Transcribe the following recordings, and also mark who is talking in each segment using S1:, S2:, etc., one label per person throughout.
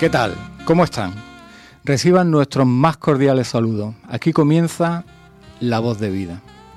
S1: ¿Qué tal? ¿Cómo están? Reciban nuestros más cordiales saludos. Aquí comienza La Voz de Vida.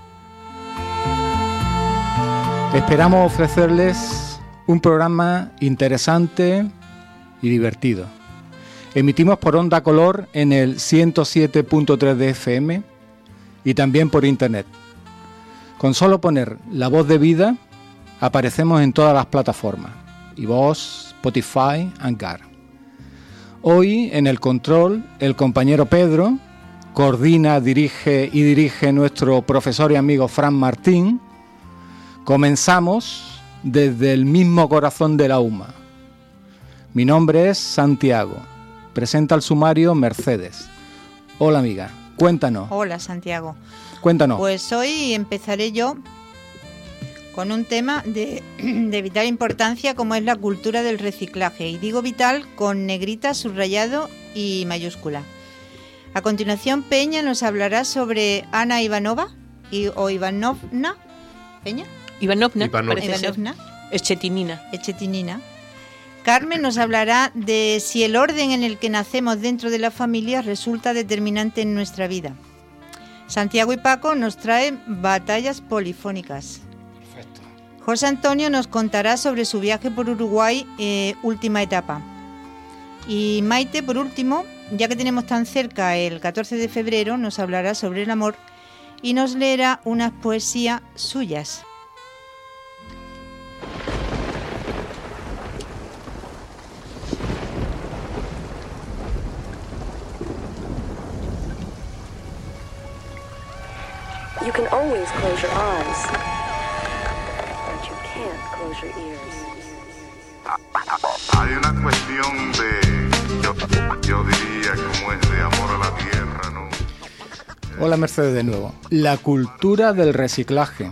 S1: Esperamos ofrecerles un programa interesante y divertido. Emitimos por Onda Color en el 107.3 de FM y también por internet. Con solo poner La Voz de Vida aparecemos en todas las plataformas: iVoox, Spotify, Anchor. Hoy en el control el compañero Pedro, coordina, dirige nuestro profesor y amigo Fran Martín. Comenzamos desde el mismo corazón de la UMA. Mi nombre es Santiago. Presenta el sumario Mercedes. Hola amiga, cuéntanos.
S2: Hola Santiago.
S1: Cuéntanos.
S2: Pues hoy empezaré yo con un tema de vital importancia, como es la cultura del reciclaje. Y digo vital con negrita, subrayado y mayúscula. A continuación, Peña nos hablará sobre Ana Ivanova o Ivanovna. ¿Peña?
S3: Ivanovna.
S2: Echetinina. Carmen nos hablará de si el orden en el que nacemos dentro de la familia resulta determinante en nuestra vida. Santiago y Paco nos traen batallas polifónicas.
S1: Perfecto.
S2: José Antonio nos contará sobre su viaje por Uruguay, última etapa. Y Maite, por último, ya que tenemos tan cerca el 14 de febrero, nos hablará sobre el amor y nos leerá unas poesías suyas.
S4: You can always close your eyes, but you can't close your ears.
S5: Hay una cuestión yo diría, como es de amor a la tierra, ¿no?
S1: Hola Mercedes de nuevo. La cultura del reciclaje.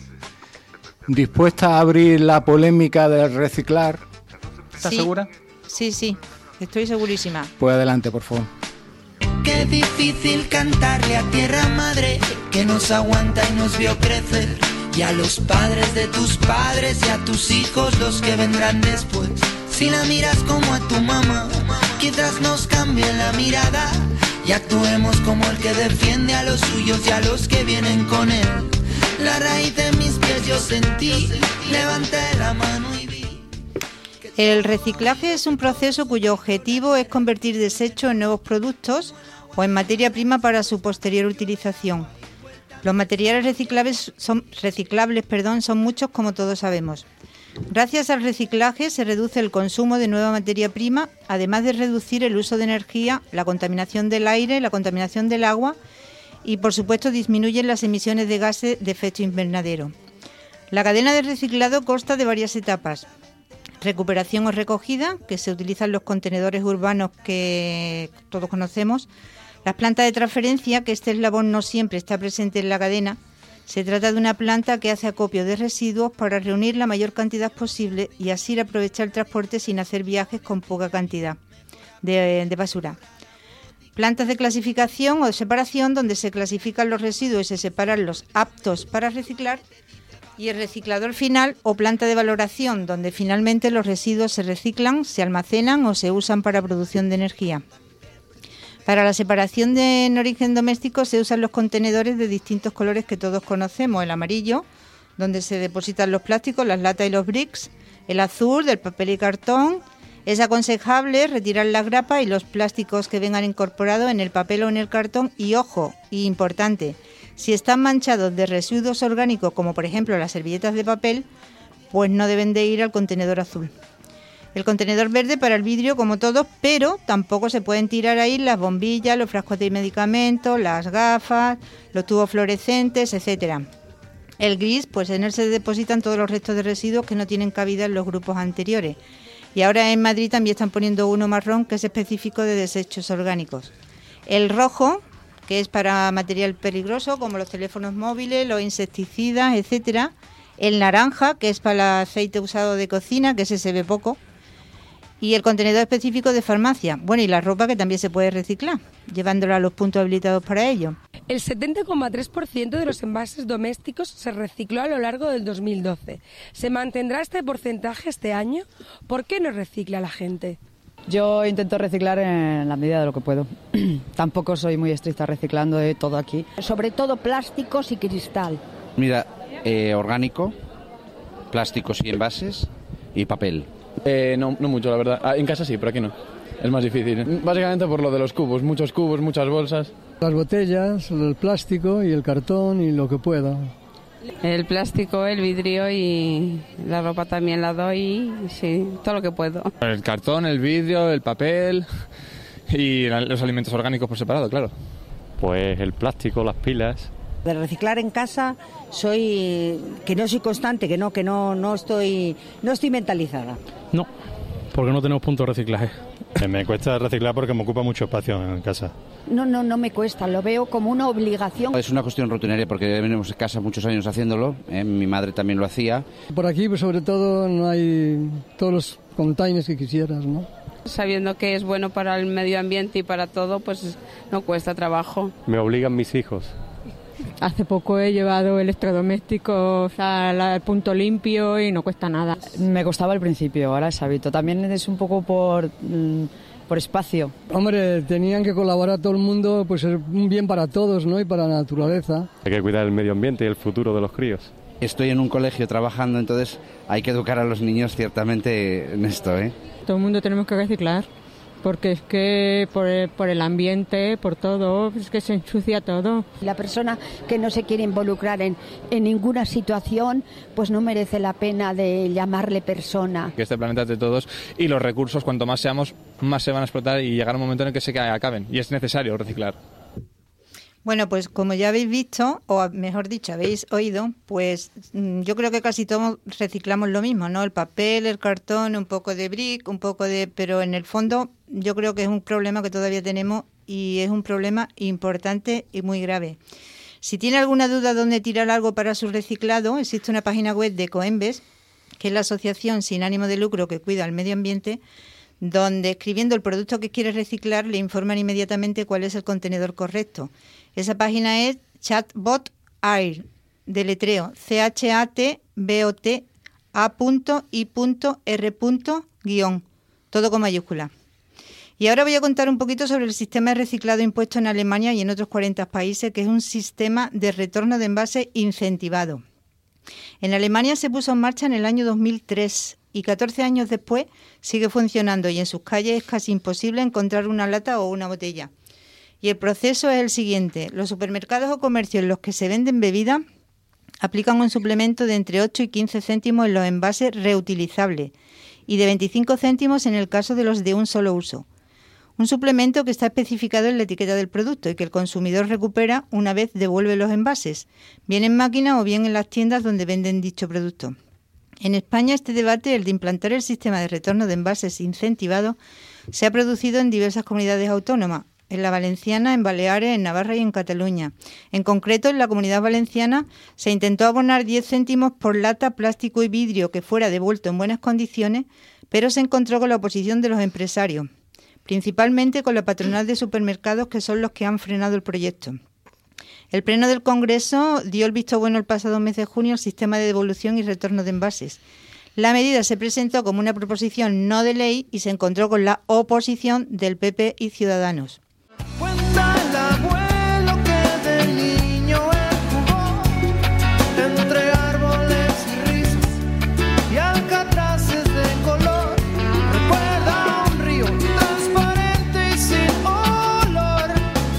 S1: ¿Dispuesta a abrir la polémica del reciclar? ¿Estás segura?
S2: Sí, estoy segurísima.
S1: Pues adelante, por favor.
S6: Qué difícil cantarle a tierra madre que nos aguanta y nos vio crecer, y a los padres de tus padres y a tus hijos, los que vendrán después. Si la miras como a tu mamá, quizás nos cambie la mirada y actuemos como el que defiende a los suyos y a los que vienen con él. La raíz de mis pies yo sentí, levanté la mano y vi.
S2: El reciclaje es un proceso cuyo objetivo es convertir desechos en nuevos productos o en materia prima para su posterior utilización. Los materiales reciclables son muchos, como todos sabemos. Gracias al reciclaje se reduce el consumo de nueva materia prima, además de reducir el uso de energía, la contaminación del aire, la contaminación del agua y, por supuesto, disminuyen las emisiones de gases de efecto invernadero. La cadena de reciclado consta de varias etapas: recuperación o recogida, que se utilizan los contenedores urbanos que todos conocemos; las plantas de transferencia, que este eslabón no siempre está presente en la cadena. Se trata de una planta que hace acopio de residuos para reunir la mayor cantidad posible y así aprovechar el transporte sin hacer viajes con poca cantidad de basura. Plantas de clasificación o de separación, donde se clasifican los residuos y se separan los aptos para reciclar. Y el reciclador final o planta de valoración, donde finalmente los residuos se reciclan, se almacenan o se usan para producción de energía. Para la separación en origen doméstico se usan los contenedores de distintos colores que todos conocemos: el amarillo, donde se depositan los plásticos, las latas y los bricks; el azul, del papel y cartón. Es aconsejable retirar las grapas y los plásticos que vengan incorporados en el papel o en el cartón. Y ojo, y importante, si están manchados de residuos orgánicos, como por ejemplo las servilletas de papel, pues no deben de ir al contenedor azul. El contenedor verde para el vidrio, como todos, pero tampoco se pueden tirar ahí las bombillas, los frascos de medicamentos, las gafas, los tubos fluorescentes, etcétera. El gris, pues en él se depositan todos los restos de residuos que no tienen cabida en los grupos anteriores. Y ahora en Madrid también están poniendo uno marrón, que es específico de desechos orgánicos. El rojo, que es para material peligroso, como los teléfonos móviles, los insecticidas, etcétera. El naranja, que es para el aceite usado de cocina, que ese se ve poco. Y el contenedor específico de farmacia. Bueno, y la ropa, que también se puede reciclar, llevándola a los puntos habilitados para ello.
S3: El 70,3% de los envases domésticos se recicló a lo largo del 2012. ¿Se mantendrá este porcentaje este año? ¿Por qué no recicla la gente?
S7: Yo intento reciclar en la medida de lo que puedo. Tampoco soy muy estricta reciclando de todo aquí.
S8: Sobre todo plásticos y cristal.
S9: Mira, orgánico, plásticos y envases y papel.
S10: No mucho, la verdad. En casa sí, pero aquí no. Es más difícil. Básicamente por lo de los cubos, muchas bolsas.
S11: Las botellas, el plástico y el cartón y lo que pueda.
S12: El plástico, el vidrio y la ropa también la doy, sí, todo lo que puedo.
S10: El cartón, el vidrio, el papel y los alimentos orgánicos por separado, claro.
S13: Pues el plástico, las pilas.
S14: De reciclar en casa que no soy constante, que no estoy mentalizada.
S13: No, porque no tenemos punto de reciclaje. Me cuesta reciclar porque me ocupa mucho espacio en casa.
S8: No me cuesta, lo veo como una obligación.
S9: Es una cuestión rutinaria porque venimos en casa muchos años haciéndolo, mi madre también lo hacía.
S11: Por aquí, pues, sobre todo, no hay todos los containers que quisieras, ¿no?
S12: Sabiendo que es bueno para el medio ambiente y para todo, pues no cuesta trabajo.
S13: Me obligan mis hijos.
S3: Hace poco he llevado electrodomésticos al punto limpio y no cuesta nada.
S7: Me costaba al principio, ahora es hábito. También es un poco por espacio.
S11: Hombre, tenían que colaborar todo el mundo, pues es un bien para todos, ¿no? Y para la naturaleza.
S13: Hay que cuidar el medio ambiente y el futuro de los críos.
S9: Estoy en un colegio trabajando, entonces hay que educar a los niños ciertamente en esto, ¿eh?
S3: Todo el mundo tenemos que reciclar. Porque es que por el ambiente, por todo, es que se ensucia todo.
S8: La persona que no se quiere involucrar en ninguna situación, pues no merece la pena de llamarle persona.
S10: Que este planeta es de todos y los recursos, cuanto más seamos, más se van a explotar y llegará un momento en el que se acaben. Y es necesario reciclar.
S2: Bueno, pues como ya habéis visto, o mejor dicho, habéis oído, pues yo creo que casi todos reciclamos lo mismo, ¿no? El papel, el cartón, un poco de brick, pero en el fondo yo creo que es un problema que todavía tenemos y es un problema importante y muy grave. Si tiene alguna duda dónde tirar algo para su reciclado, existe una página web de Coembes, que es la asociación sin ánimo de lucro que cuida el medio ambiente, donde escribiendo el producto que quiere reciclar le informan inmediatamente cuál es el contenedor correcto. Esa página es Chatbot Air, deletreo chatbot.i.r. todo con mayúscula. Y ahora voy a contar un poquito sobre el sistema de reciclado impuesto en Alemania y en otros 40 países, que es un sistema de retorno de envase incentivado. En Alemania se puso en marcha en el año 2003 y 14 años después sigue funcionando y en sus calles es casi imposible encontrar una lata o una botella. Y el proceso es el siguiente. Los supermercados o comercios en los que se venden bebidas aplican un suplemento de entre 8 y 15 céntimos en los envases reutilizables y de 25 céntimos en el caso de los de un solo uso. Un suplemento que está especificado en la etiqueta del producto y que el consumidor recupera una vez devuelve los envases, bien en máquina o bien en las tiendas donde venden dicho producto. En España este debate, el de implantar el sistema de retorno de envases incentivado, se ha producido en diversas comunidades autónomas, en la Valenciana, en Baleares, en Navarra y en Cataluña. En concreto, en la Comunidad Valenciana se intentó abonar 10 céntimos por lata, plástico y vidrio que fuera devuelto en buenas condiciones, pero se encontró con la oposición de los empresarios, principalmente con la patronal de supermercados, que son los que han frenado el proyecto. El Pleno del Congreso dio el visto bueno el pasado mes de junio al sistema de devolución y retorno de envases. La medida se presentó como una proposición no de ley y se encontró con la oposición del PP y Ciudadanos.
S6: Cuenta el abuelo que de niño él jugó entre árboles y risas y alcatraces de color. Recuerda un río transparente y sin olor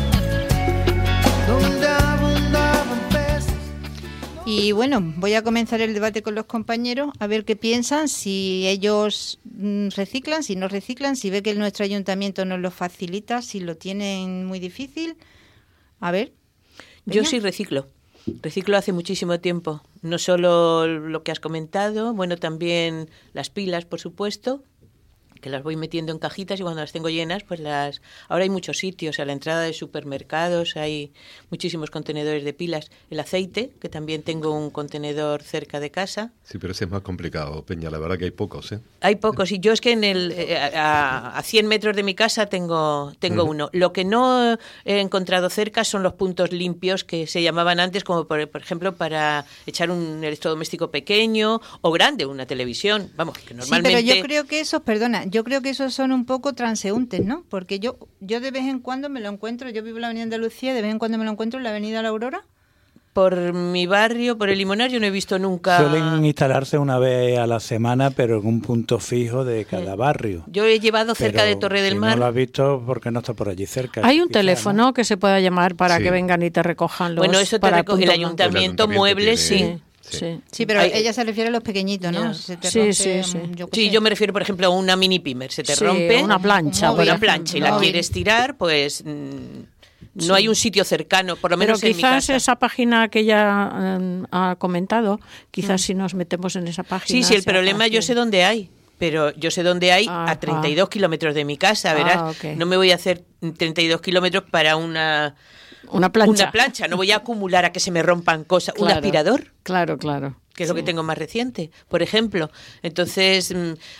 S6: donde abundaban peces.
S2: Y bueno, voy a comenzar el debate con los compañeros a ver qué piensan, si ellos reciclan, si no reciclan, si ve que nuestro ayuntamiento nos lo facilita, si lo tienen muy difícil. A ver.
S15: Yo sí reciclo hace muchísimo tiempo. No solo lo que has comentado, bueno, también las pilas, por supuesto, que las voy metiendo en cajitas y cuando las tengo llenas, pues ahora hay muchos sitios, a la entrada de supermercados hay muchísimos contenedores de pilas. El aceite, que también tengo un contenedor cerca de casa.
S16: Sí, pero ese es más complicado, Peña, la verdad que hay pocos, ¿eh?
S15: Hay pocos, y yo es que a 100 metros de mi casa tengo uno. Lo que no he encontrado cerca son los puntos limpios que se llamaban antes, como por ejemplo para echar un electrodoméstico pequeño o grande, una televisión, vamos, que normalmente...
S2: Sí, pero yo creo que esos, perdona, yo creo que esos son un poco transeúntes, ¿no? Porque yo de vez en cuando me lo encuentro, yo vivo en la Avenida Andalucía, de vez en cuando me lo encuentro en la Avenida La Aurora.
S15: Por mi barrio, por el Limonar, yo no he visto nunca...
S17: Suelen instalarse una vez a la semana, pero en un punto fijo de cada barrio.
S15: Yo he llevado cerca de Torre del Mar.
S17: No lo has visto porque no está por allí cerca.
S18: Hay un teléfono, ¿no?, que se pueda llamar para que vengan y te recojan los...
S15: Bueno, eso te recoge el ayuntamiento, muebles,
S2: tiene... Sí, pero ella se refiere a los pequeñitos, ¿no? Se te rompe,
S15: yo me refiero, por ejemplo, a una mini pimer. Se te rompe
S18: una plancha.
S15: Una plancha y la quieres tirar, pues... No hay un sitio cercano, por lo menos
S18: pero
S15: en mi casa.
S18: Quizás esa página que ella ha comentado, quizás si nos metemos en esa página...
S15: Sí, el problema yo sé dónde hay, pero yo sé dónde hay a 32 kilómetros de mi casa, verás. No me voy a hacer 32 kilómetros para una plancha. No voy a acumular a que se me rompan cosas.
S18: Claro,
S15: un aspirador.
S18: Claro.
S15: Que es lo que tengo más reciente, por ejemplo. Entonces,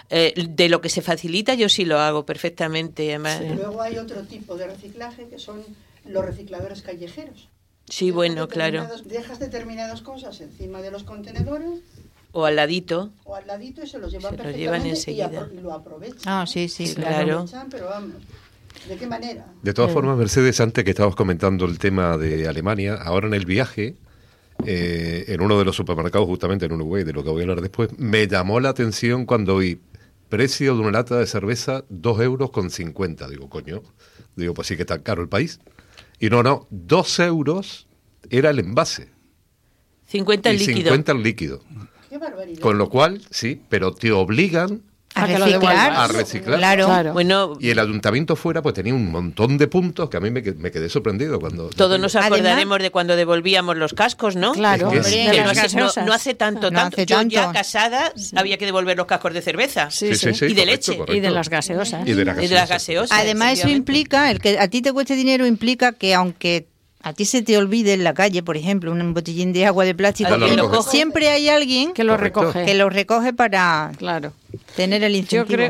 S15: de lo que se facilita, yo sí lo hago perfectamente. Además.
S19: Luego hay otro tipo de reciclaje que son los recicladores callejeros.
S15: Sí, bueno, claro.
S19: Dejas determinadas cosas encima de los contenedores.
S15: O al ladito.
S19: Y se los llevan
S15: perfectamente.
S19: Lo
S15: llevan enseguida.
S19: Y lo aprovechan.
S2: Ah, sí,
S15: claro.
S19: Pero vamos, ¿de qué manera?
S16: De todas formas, Mercedes, antes que estabas comentando el tema de Alemania, ahora en el viaje, en uno de los supermercados, justamente en Uruguay, de lo que voy a hablar después, me llamó la atención cuando vi precio de una lata de cerveza 2,50 €. Digo, coño, pues sí que está caro el país. Y no, 2 euros era el envase.
S15: 50 el líquido.
S16: 50 el líquido.
S19: Qué barbaridad.
S16: Con lo cual, sí, pero te obligan
S2: a
S16: reciclar.
S2: Claro.
S15: Bueno,
S16: y el ayuntamiento fuera pues tenía un montón de puntos que a mí me quedé sorprendido cuando...
S15: Todos nos acordaremos de cuando devolvíamos los cascos, ¿no?
S18: Claro,
S16: es que
S15: no hace tanto. Yo ya casada había que devolver los cascos de cerveza
S16: Sí,
S15: y de
S16: correcto,
S15: leche.
S16: correcto.
S18: Y de las gaseosas.
S16: Y de las gaseosas.
S2: Además, eso implica, el que a ti te cueste dinero implica que aunque a ti se te olvide en la calle, por ejemplo, un botellín de agua de plástico, siempre hay alguien
S18: que lo recoge
S2: para tener el incentivo.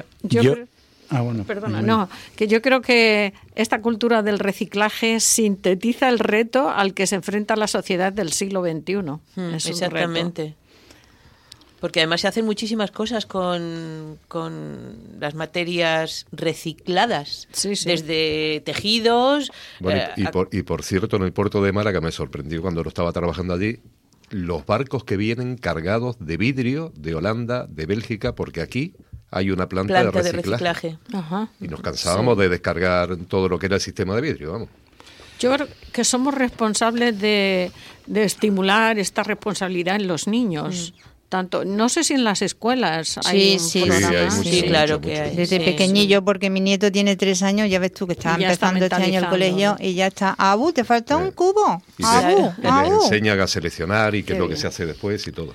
S18: Yo creo que esta cultura del reciclaje sintetiza el reto al que se enfrenta la sociedad del siglo XXI.
S15: Exactamente. Porque además se hacen muchísimas cosas con las materias recicladas, desde tejidos...
S16: Bueno, y por cierto, en el puerto de Málaga me sorprendió cuando lo estaba trabajando allí, los barcos que vienen cargados de vidrio de Holanda, de Bélgica, porque aquí hay una planta de reciclaje.
S18: Ajá.
S16: Y nos cansábamos de descargar todo lo que era el sistema de vidrio, vamos.
S18: Yo creo que somos responsables de estimular esta responsabilidad en los niños. Tanto, no sé si en las escuelas hay un programa.
S15: Sí, claro que hay.
S2: Desde pequeñillo, porque mi nieto tiene 3 años, ya ves tú que está empezando este año el colegio y ya está. Abu, te falta un cubo.
S16: Les enseñan a seleccionar y qué es lo que se hace después y todo.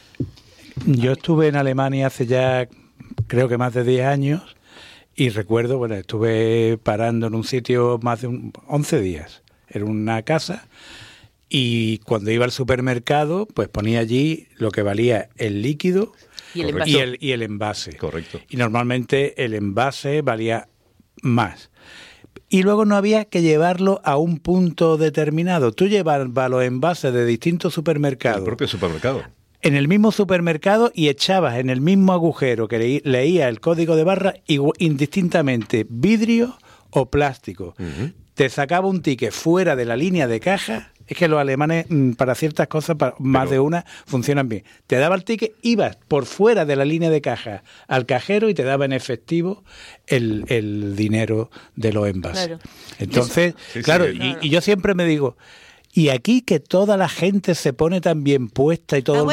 S17: Yo estuve en Alemania hace ya, creo que más de 10 años, y recuerdo, estuve parando en un sitio más de 11 días. Era una casa. Y cuando iba al supermercado, pues ponía allí lo que valía el líquido y el envase.
S16: Correcto.
S17: Y normalmente el envase valía más. Y luego no había que llevarlo a un punto determinado. Tú llevabas los envases de distintos supermercados.
S16: El propio supermercado.
S17: En el mismo supermercado y echabas en el mismo agujero que leía el código de barra indistintamente vidrio o plástico. Uh-huh. Te sacaba un ticket fuera de la línea de caja. Es que los alemanes, para ciertas cosas, más de una, funcionan bien. Te daba el ticket, ibas por fuera de la línea de caja al cajero y te daba en efectivo el dinero de los envases. Claro. Entonces, y yo siempre me digo, y aquí que toda la gente se pone tan bien puesta y todo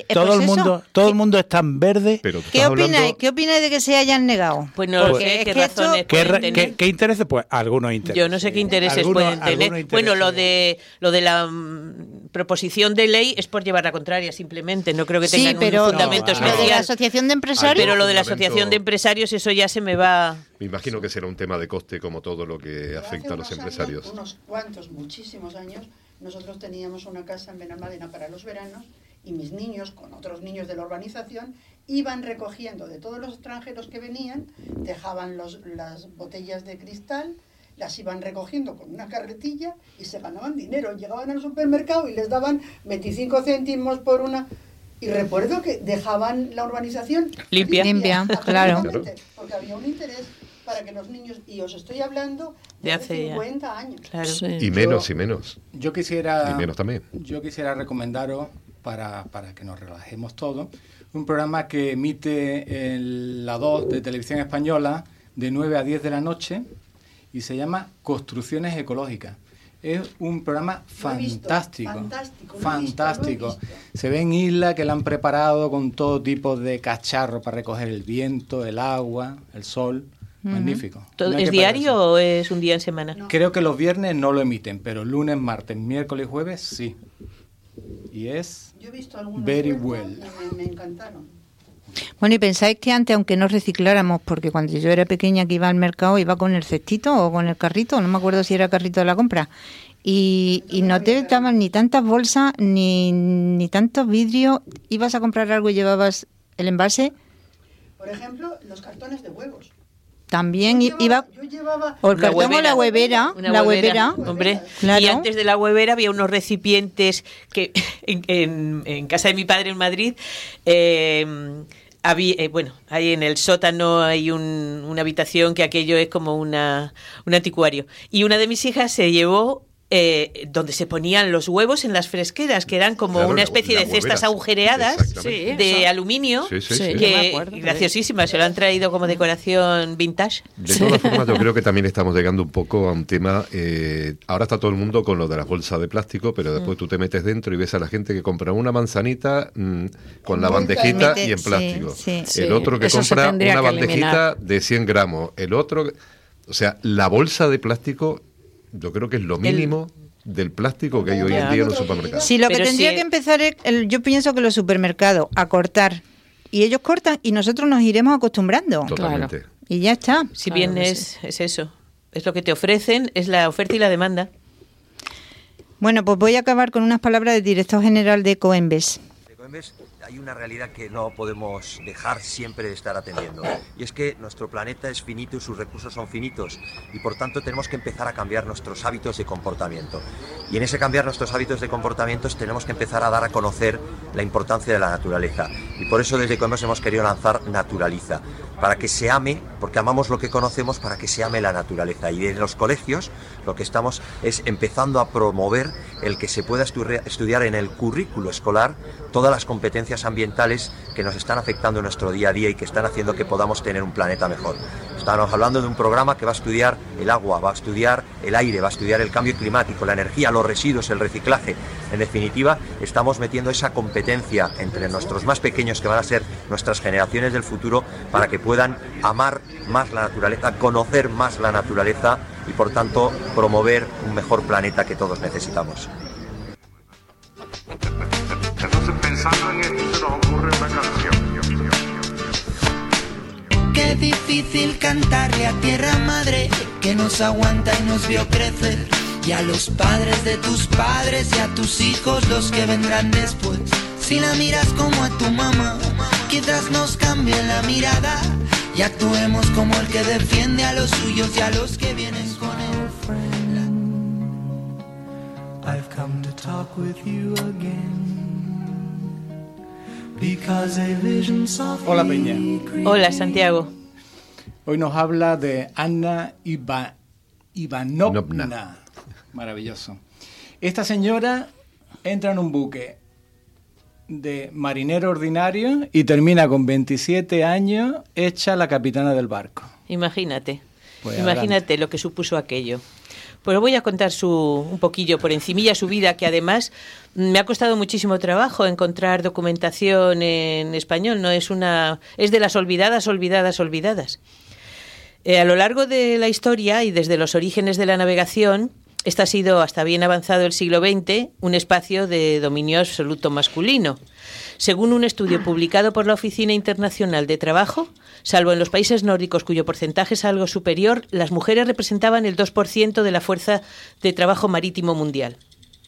S17: el mundo es tan verde.
S2: ¿Qué opináis de que se hayan negado?
S15: Pues no lo sé, ¿qué razones pueden tener?
S17: ¿Qué intereses? Pues algunos intereses.
S15: Yo no sé qué intereses pueden tener. Bueno, lo de la proposición de ley es por llevar la contraria, simplemente. No creo que tengan un fundamento especial.
S2: ¿Lo de la asociación de empresarios?
S15: Pero lo de la asociación de empresarios, eso ya se me va...
S16: Me imagino que será un tema de coste como todo lo que afecta a los empresarios.
S19: Unos cuantos, muchísimos años, nosotros teníamos una casa en Benalmádena para los veranos y mis niños, con otros niños de la urbanización, iban recogiendo de todos los extranjeros que venían, dejaban las botellas de cristal, las iban recogiendo con una carretilla y se ganaban dinero. Llegaban al supermercado y les daban 25 céntimos por una... Y recuerdo que dejaban la urbanización
S2: limpia, claro.
S19: Porque había un interés para que los niños, y os estoy hablando de
S15: hace
S19: 50 años.
S15: Claro.
S16: Sí. Y menos.
S1: Yo quisiera,
S16: y menos también.
S1: Yo quisiera recomendaros, para que nos relajemos todos, un programa que emite en la 2 de Televisión Española de 9 a 10 de la noche y se llama Construcciones Ecológicas. Es un programa fantástico. Se ven islas que la han preparado con todo tipo de cacharros para recoger el viento, el agua, el sol. Magnífico.
S15: ¿Es diario o es un día en semana?
S1: No. Creo que los viernes no lo emiten, pero lunes, martes, miércoles y jueves sí. Y es
S19: Yo he visto algunos
S1: very well.
S19: Y me encantaron.
S2: Bueno, y pensáis que antes, aunque no recicláramos, porque cuando yo era pequeña que iba al mercado, iba con el cestito o con el carrito, no me acuerdo si era carrito de la compra, y no te daban ni tantas bolsas ni tantos vidrios, ibas a comprar algo y llevabas el envase.
S19: Por ejemplo, los cartones de huevos.
S2: También iba o el cartón o la huevera,
S15: hombre.
S2: Claro.
S15: Y antes de la huevera había unos recipientes que en casa de mi padre en Madrid había, ahí en el sótano hay una habitación que aquello es como un anticuario. Y una de mis hijas se llevó donde se ponían los huevos en las fresqueras, que eran como una especie de cestas agujereadas de aluminio, que graciosísimas, se lo han traído como decoración vintage.
S16: De todas formas, yo creo que también estamos llegando un poco a un tema, ahora está todo el mundo con lo de las bolsas de plástico, pero después tú te metes dentro y ves a la gente que compra una manzanita con la bandejita y en plástico. El otro que compra una bandejita de 100 gramos, el otro... O sea, la bolsa de plástico... Yo creo que es lo mínimo del plástico que hay hoy en día en los supermercados.
S2: Sí, lo que tendría que empezar es, yo pienso que los supermercados, a cortar. Y ellos cortan y nosotros nos iremos acostumbrando.
S16: Totalmente.
S2: Claro. Y ya está.
S15: Si bien es eso, es lo que te ofrecen, es la oferta y la demanda.
S2: Bueno, pues voy a acabar con unas palabras del director general de Ecoembes.
S20: Hay una realidad que no podemos dejar siempre de estar atendiendo, y es que nuestro planeta es finito y sus recursos son finitos, y por tanto tenemos que empezar a cambiar nuestros hábitos de comportamiento. Y en ese cambiar nuestros hábitos de comportamiento tenemos que empezar a dar a conocer la importancia de la naturaleza, y por eso desde Ecoembes hemos querido lanzar Naturaliza, para que se ame, porque amamos lo que conocemos, para que se ame la naturaleza. Y en los colegios lo que estamos es empezando a promover el que se pueda estudiar en el currículo escolar todas las competencias ambientales que nos están afectando en nuestro día a día y que están haciendo que podamos tener un planeta mejor. Estamos hablando de un programa que va a estudiar el agua, va a estudiar el aire, va a estudiar el cambio climático, la energía, los residuos, el reciclaje. En definitiva, estamos metiendo esa competencia entre nuestros más pequeños, que van a ser nuestras generaciones del futuro, para que puedan amar más la naturaleza, conocer más la naturaleza y, por tanto, promover un mejor planeta que todos necesitamos.
S5: Entonces, pensando en esto, se nos ocurre una canción.
S6: Qué difícil cantarle a tierra madre que nos aguanta y nos vio crecer, y a los padres de tus padres y a tus hijos, los que vendrán después. Si la miras como a tu mamá, quizás nos cambie la mirada y actuemos como el que defiende a los suyos y a los que vienen con él. I've come to talk with you again.
S1: Hola, Peña.
S15: Hola, Santiago.
S1: Hoy nos habla de Anna Ivanovna. Maravilloso. Esta señora entra en un buque de marinero ordinario y termina con 27 años hecha la capitana del barco.
S15: Imagínate.
S1: Pues
S15: imagínate
S1: adelante.
S15: lo que supuso aquello. Pues voy a contar un poquillo por encimilla su vida, que además me ha costado muchísimo trabajo encontrar documentación en español. No es de las olvidadas. A lo largo de la historia y desde los orígenes de la navegación, este ha sido, hasta bien avanzado el siglo XX, un espacio de dominio absoluto masculino. Según un estudio publicado por la Oficina Internacional de Trabajo, salvo en los países nórdicos, cuyo porcentaje es algo superior, las mujeres representaban el 2% de la fuerza de trabajo marítimo mundial.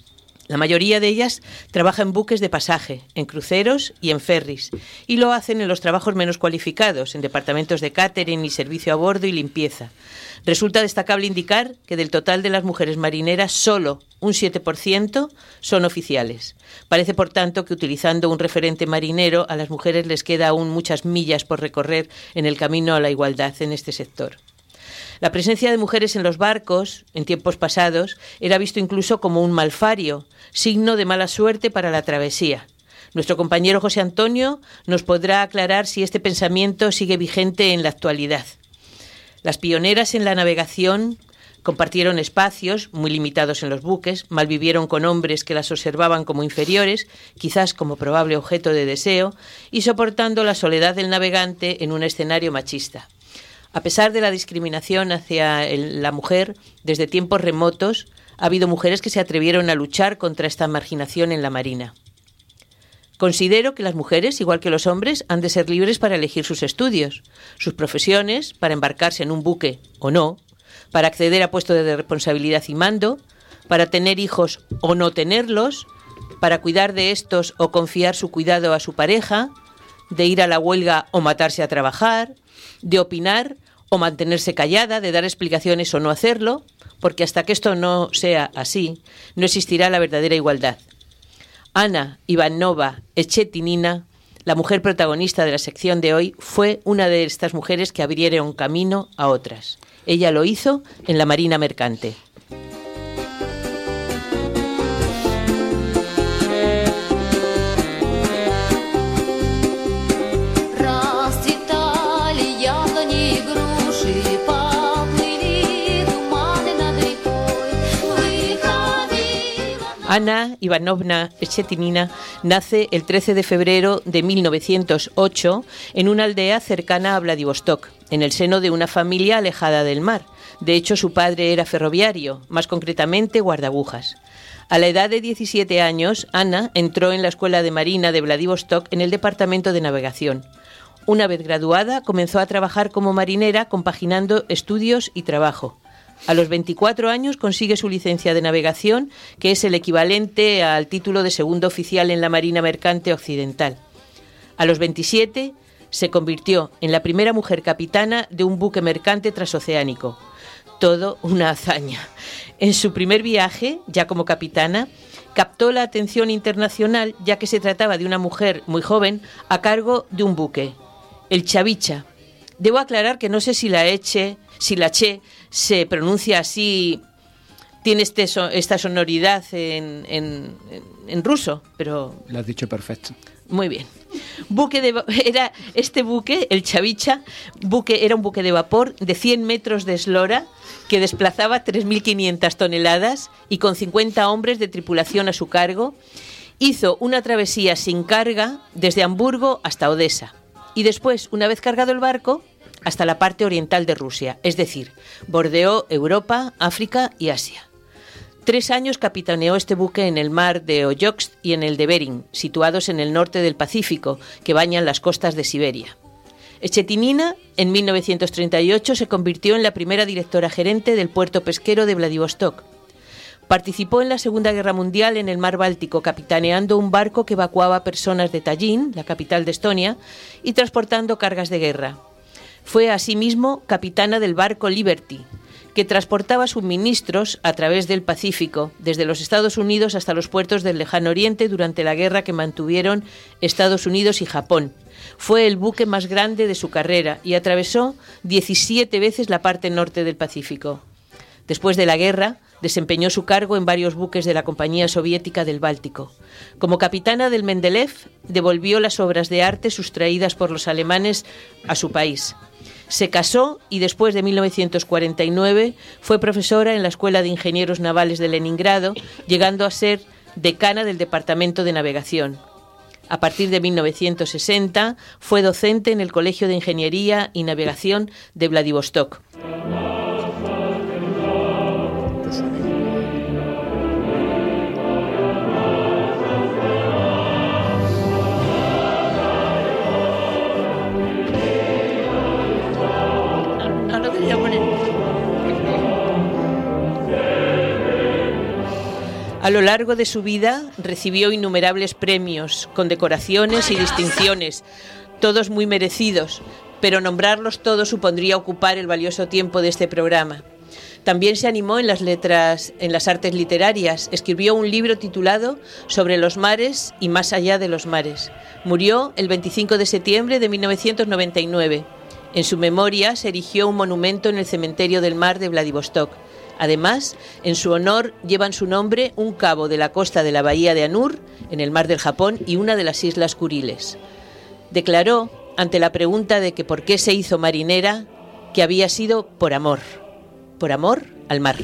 S15: La mayoría de ellas trabaja en buques de pasaje, en cruceros y en ferries, y lo hacen en los trabajos menos cualificados, en departamentos de catering y servicio a bordo y limpieza. Resulta destacable indicar que del total de las mujeres marineras, solo un 7% son oficiales. Parece, por tanto, que utilizando un referente marinero, a las mujeres les queda aún muchas millas por recorrer en el camino a la igualdad en este sector. La presencia de mujeres en los barcos, en tiempos pasados, era visto incluso como un malfario, signo de mala suerte para la travesía. Nuestro compañero José Antonio nos podrá aclarar si este pensamiento sigue vigente en la actualidad. Las pioneras en la navegación compartieron espacios muy limitados en los buques, malvivieron con hombres que las observaban como inferiores, quizás como probable objeto de deseo, y soportando la soledad del navegante en un escenario machista. A pesar de la discriminación hacia la mujer, desde tiempos remotos, ha habido mujeres que se atrevieron a luchar contra esta marginación en la marina. Considero que las mujeres, igual que los hombres, han de ser libres para elegir sus estudios, sus profesiones, para embarcarse en un buque o no, para acceder a puestos de responsabilidad y mando, para tener hijos o no tenerlos, para cuidar de estos o confiar su cuidado a su pareja, de ir a la huelga o matarse a trabajar, de opinar o mantenerse callada, de dar explicaciones o no hacerlo, porque hasta que esto no sea así, no existirá la verdadera igualdad. Anna Ivanova Echetinina, la mujer protagonista de la sección de hoy, fue una de estas mujeres que abrieron camino a otras. Ella lo hizo en la Marina Mercante. Anna Ivanovna Echetinina nace el 13 de febrero de 1908 en una aldea cercana a Vladivostok, en el seno de una familia alejada del mar. De hecho, su padre era ferroviario, más concretamente guardabujas. A la edad de 17 años, Anna entró en la Escuela de Marina de Vladivostok en el departamento de navegación. Una vez graduada, comenzó a trabajar como marinera, compaginando estudios y trabajo. A los 24 años consigue su licencia de navegación, que es el equivalente al título de segundo oficial en la Marina Mercante Occidental. A los 27 se convirtió en la primera mujer capitana de un buque mercante transoceánico. Todo una hazaña. En su primer viaje, ya como capitana, captó la atención internacional, ya que se trataba de una mujer muy joven a cargo de un buque, el Chavicha. Debo aclarar que no sé si la Che se pronuncia así, tiene esta sonoridad en ruso, pero...
S1: Lo has dicho perfecto.
S15: Muy bien. Este buque, el Chavicha, era un buque de vapor de 100 metros de eslora que desplazaba 3.500 toneladas y con 50 hombres de tripulación a su cargo, hizo una travesía sin carga desde Hamburgo hasta Odessa. Y después, una vez cargado el barco, hasta la parte oriental de Rusia, es decir, bordeó Europa, África y Asia. 3 años capitaneó este buque en el mar de Ojotsk y en el de Bering, situados en el norte del Pacífico, que bañan las costas de Siberia. Echetinina, en 1938, se convirtió en la primera directora gerente del puerto pesquero de Vladivostok. Participó en la Segunda Guerra Mundial en el mar Báltico, capitaneando un barco que evacuaba personas de Tallinn, la capital de Estonia, y transportando cargas de guerra. Fue asimismo capitana del barco Liberty, que transportaba suministros a través del Pacífico, desde los Estados Unidos hasta los puertos del Lejano Oriente durante la guerra que mantuvieron Estados Unidos y Japón. Fue el buque más grande de su carrera y atravesó 17 veces la parte norte del Pacífico. Después de la guerra, desempeñó su cargo en varios buques de la Compañía Soviética del Báltico. Como capitana del Mendeleev, devolvió las obras de arte sustraídas por los alemanes a su país. Se casó y después de 1949 fue profesora en la Escuela de Ingenieros Navales de Leningrado, llegando a ser decana del Departamento de Navegación. A partir de 1960 fue docente en el Colegio de Ingeniería y Navegación de Vladivostok. A lo largo de su vida recibió innumerables premios, condecoraciones y distinciones, todos muy merecidos, pero nombrarlos todos supondría ocupar el valioso tiempo de este programa. También se animó en las letras, en las artes literarias. Escribió un libro titulado Sobre los mares y más allá de los mares. Murió el 25 de septiembre de 1999. En su memoria se erigió un monumento en el cementerio del mar de Vladivostok. Además, en su honor llevan su nombre un cabo de la costa de la bahía de Anur, en el mar del Japón, y una de las islas Kuriles. Declaró, ante la pregunta de que por qué se hizo marinera, que había sido por amor al mar.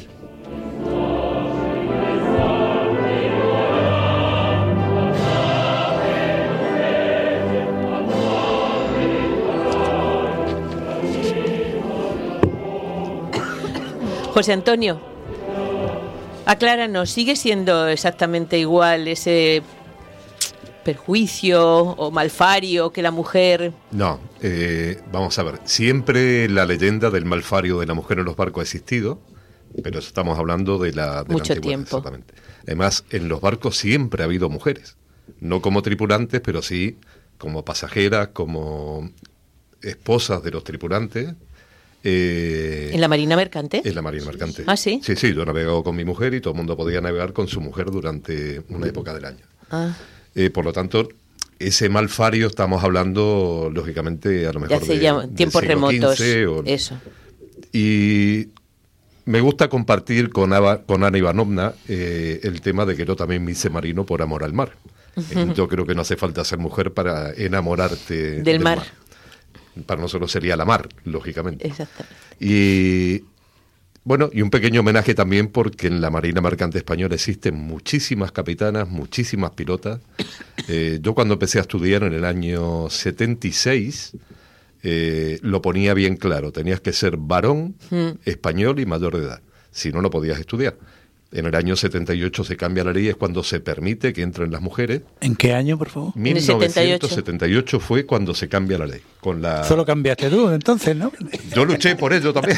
S15: José Antonio, acláranos, ¿sigue siendo exactamente igual ese perjuicio o malfario que la mujer?
S16: No, vamos a ver, siempre la leyenda del malfario de la mujer en los barcos ha existido, pero estamos hablando de la
S15: mucho
S16: antigüedad,
S15: tiempo.
S16: Exactamente. Además, en los barcos siempre ha habido mujeres, no como tripulantes, pero sí como pasajeras, como esposas de los tripulantes.
S15: ¿En la marina mercante?
S16: En la marina mercante.
S15: ¿Ah, sí?
S16: Sí, yo he navegado con mi mujer y todo el mundo podía navegar con su mujer durante una época del año.
S15: Ah.
S16: Por lo tanto, ese malfario estamos hablando, lógicamente, a lo mejor
S15: de tiempos remotos. Eso.
S16: Y me gusta compartir con Ana Ivanovna el tema de que yo también me hice marino por amor al mar. Yo creo que no hace falta ser mujer para enamorarte
S15: del mar.
S16: Para nosotros sería la mar, lógicamente.
S15: Exactamente.
S16: Y bueno, y un pequeño homenaje también porque en la Marina Mercante Española existen muchísimas capitanas, muchísimas pilotas. Yo cuando empecé a estudiar en el año 76, lo ponía bien claro, tenías que ser varón, español y mayor de edad, si no, no podías estudiar. En el año 78 se cambia la ley, es cuando se permite que entren las mujeres.
S17: ¿En qué año, por favor?
S16: 1978 fue cuando se cambia la ley.
S17: Solo cambiaste tú, entonces, ¿no?
S16: Yo luché por ello también.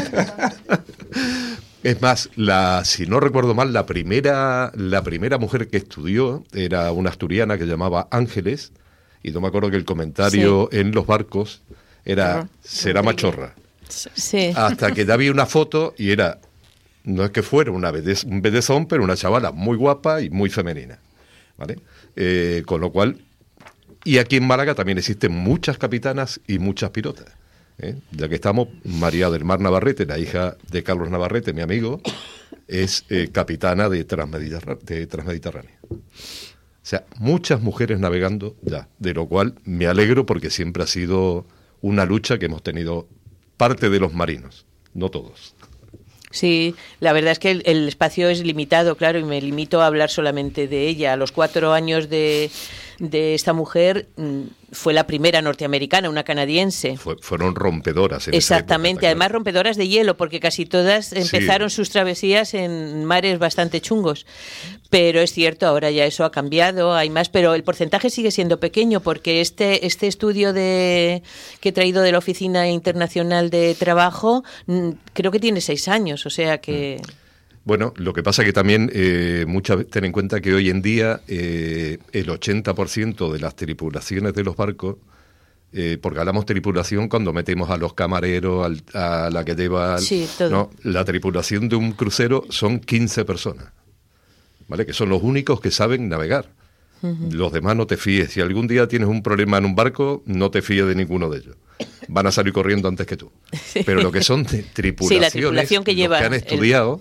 S16: Es más, si no recuerdo mal, la primera mujer que estudió era una asturiana que llamaba Ángeles, y yo me acuerdo que el comentario en los barcos era, será machorra.
S15: Sí.
S16: Hasta que ya vi una foto y era... No es que fuera un bedezón, pero una chavala muy guapa y muy femenina, ¿vale? Con lo cual, y aquí en Málaga también existen muchas capitanas y muchas pilotas, ya que estamos, María del Mar Navarrete, la hija de Carlos Navarrete, mi amigo, es capitana de Transmediterránea. O sea, muchas mujeres navegando ya, de lo cual me alegro porque siempre ha sido una lucha que hemos tenido parte de los marinos, no todos.
S15: Sí, la verdad es que el espacio es limitado, claro, y me limito a hablar solamente de ella. A los 4 años de esta mujer fue la primera norteamericana, una canadiense.
S16: Fueron rompedoras.
S15: Exactamente, además rompedoras de hielo, porque casi todas empezaron sus travesías en mares bastante chungos. Pero es cierto, ahora ya eso ha cambiado, hay más, pero el porcentaje sigue siendo pequeño, porque este estudio que he traído de la Oficina Internacional de Trabajo, creo que tiene 6 años, o sea que...
S16: Bueno, lo que pasa que también ten en cuenta que hoy en día el 80% de las tripulaciones de los barcos, porque hablamos tripulación cuando metemos a los camareros, a la que lleva...
S15: Sí, todo.
S16: No, la tripulación de un crucero son 15 personas, ¿vale? Que son los únicos que saben navegar. Los demás no te fíes. Si algún día tienes un problema en un barco, no te fíes de ninguno de ellos. Van a salir corriendo antes que tú.
S15: Sí.
S16: Pero lo que son tripulaciones,
S15: sí, la tripulación que lleva
S16: que han estudiado...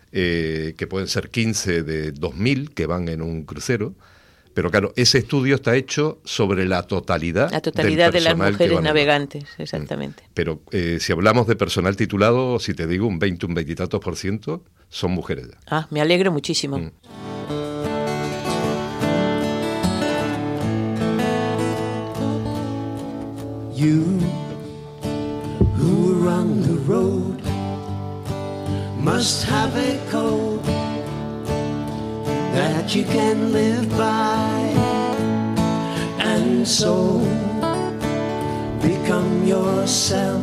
S16: que pueden ser 15 de 2000 que van en un crucero, pero claro, ese estudio está hecho sobre la totalidad
S15: de las mujeres navegantes, exactamente.
S16: Pero si hablamos de personal titulado, si te digo un 20 y tantos % son mujeres ya.
S15: Ah, me alegro muchísimo.
S6: You who run the road must have a code that you can live by, and so become yourself,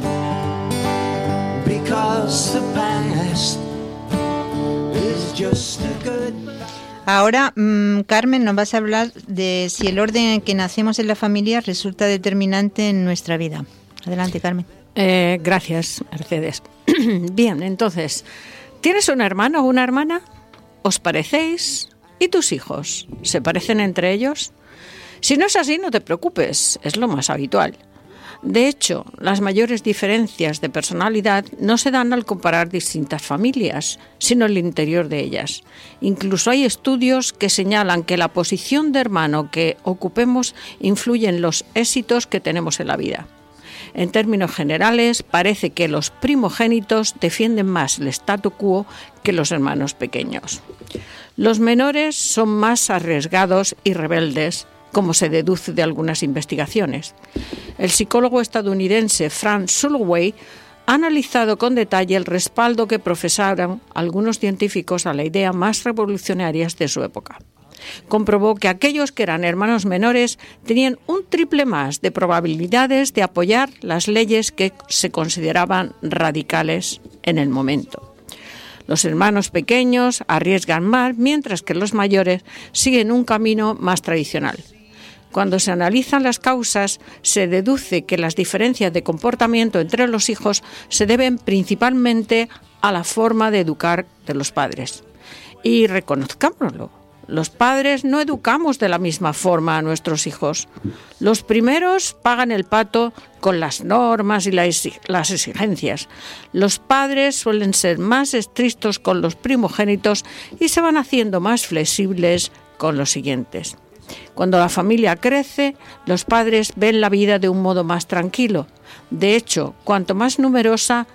S6: because the past is just a good...
S2: Ahora, Carmen, nos vas a hablar de si el orden en que nacemos en la familia resulta determinante en nuestra vida. Adelante, Carmen.
S18: Gracias, Mercedes. Bien, entonces, ¿tienes un hermano o una hermana? ¿Os parecéis? ¿Y tus hijos? ¿Se parecen entre ellos? Si no es así, no te preocupes, es lo más habitual. De hecho, las mayores diferencias de personalidad no se dan al comparar distintas familias, sino el interior de ellas. Incluso hay estudios que señalan que la posición de hermano que ocupemos influye en los éxitos que tenemos en la vida. En términos generales, parece que los primogénitos defienden más el statu quo que los hermanos pequeños. Los menores son más arriesgados y rebeldes, como se deduce de algunas investigaciones. El psicólogo estadounidense Frank Sulway ha analizado con detalle el respaldo que profesaron algunos científicos a la idea más revolucionarias de su época. Comprobó que aquellos que eran hermanos menores tenían un triple más de probabilidades de apoyar las leyes que se consideraban radicales en el momento. Los hermanos pequeños arriesgan más, mientras que los mayores siguen un camino más tradicional. Cuando se analizan las causas, se deduce que las diferencias de comportamiento entre los hijos se deben principalmente a la forma de educar de los padres. Y reconozcámoslo, los padres no educamos de la misma forma a nuestros hijos. Los primeros pagan el pato con las normas y las exigencias. Los padres suelen ser más estrictos con los primogénitos y se van haciendo más flexibles con los siguientes. Cuando la familia crece, los padres ven la vida de un modo más tranquilo. De hecho, cuanto más numerosa,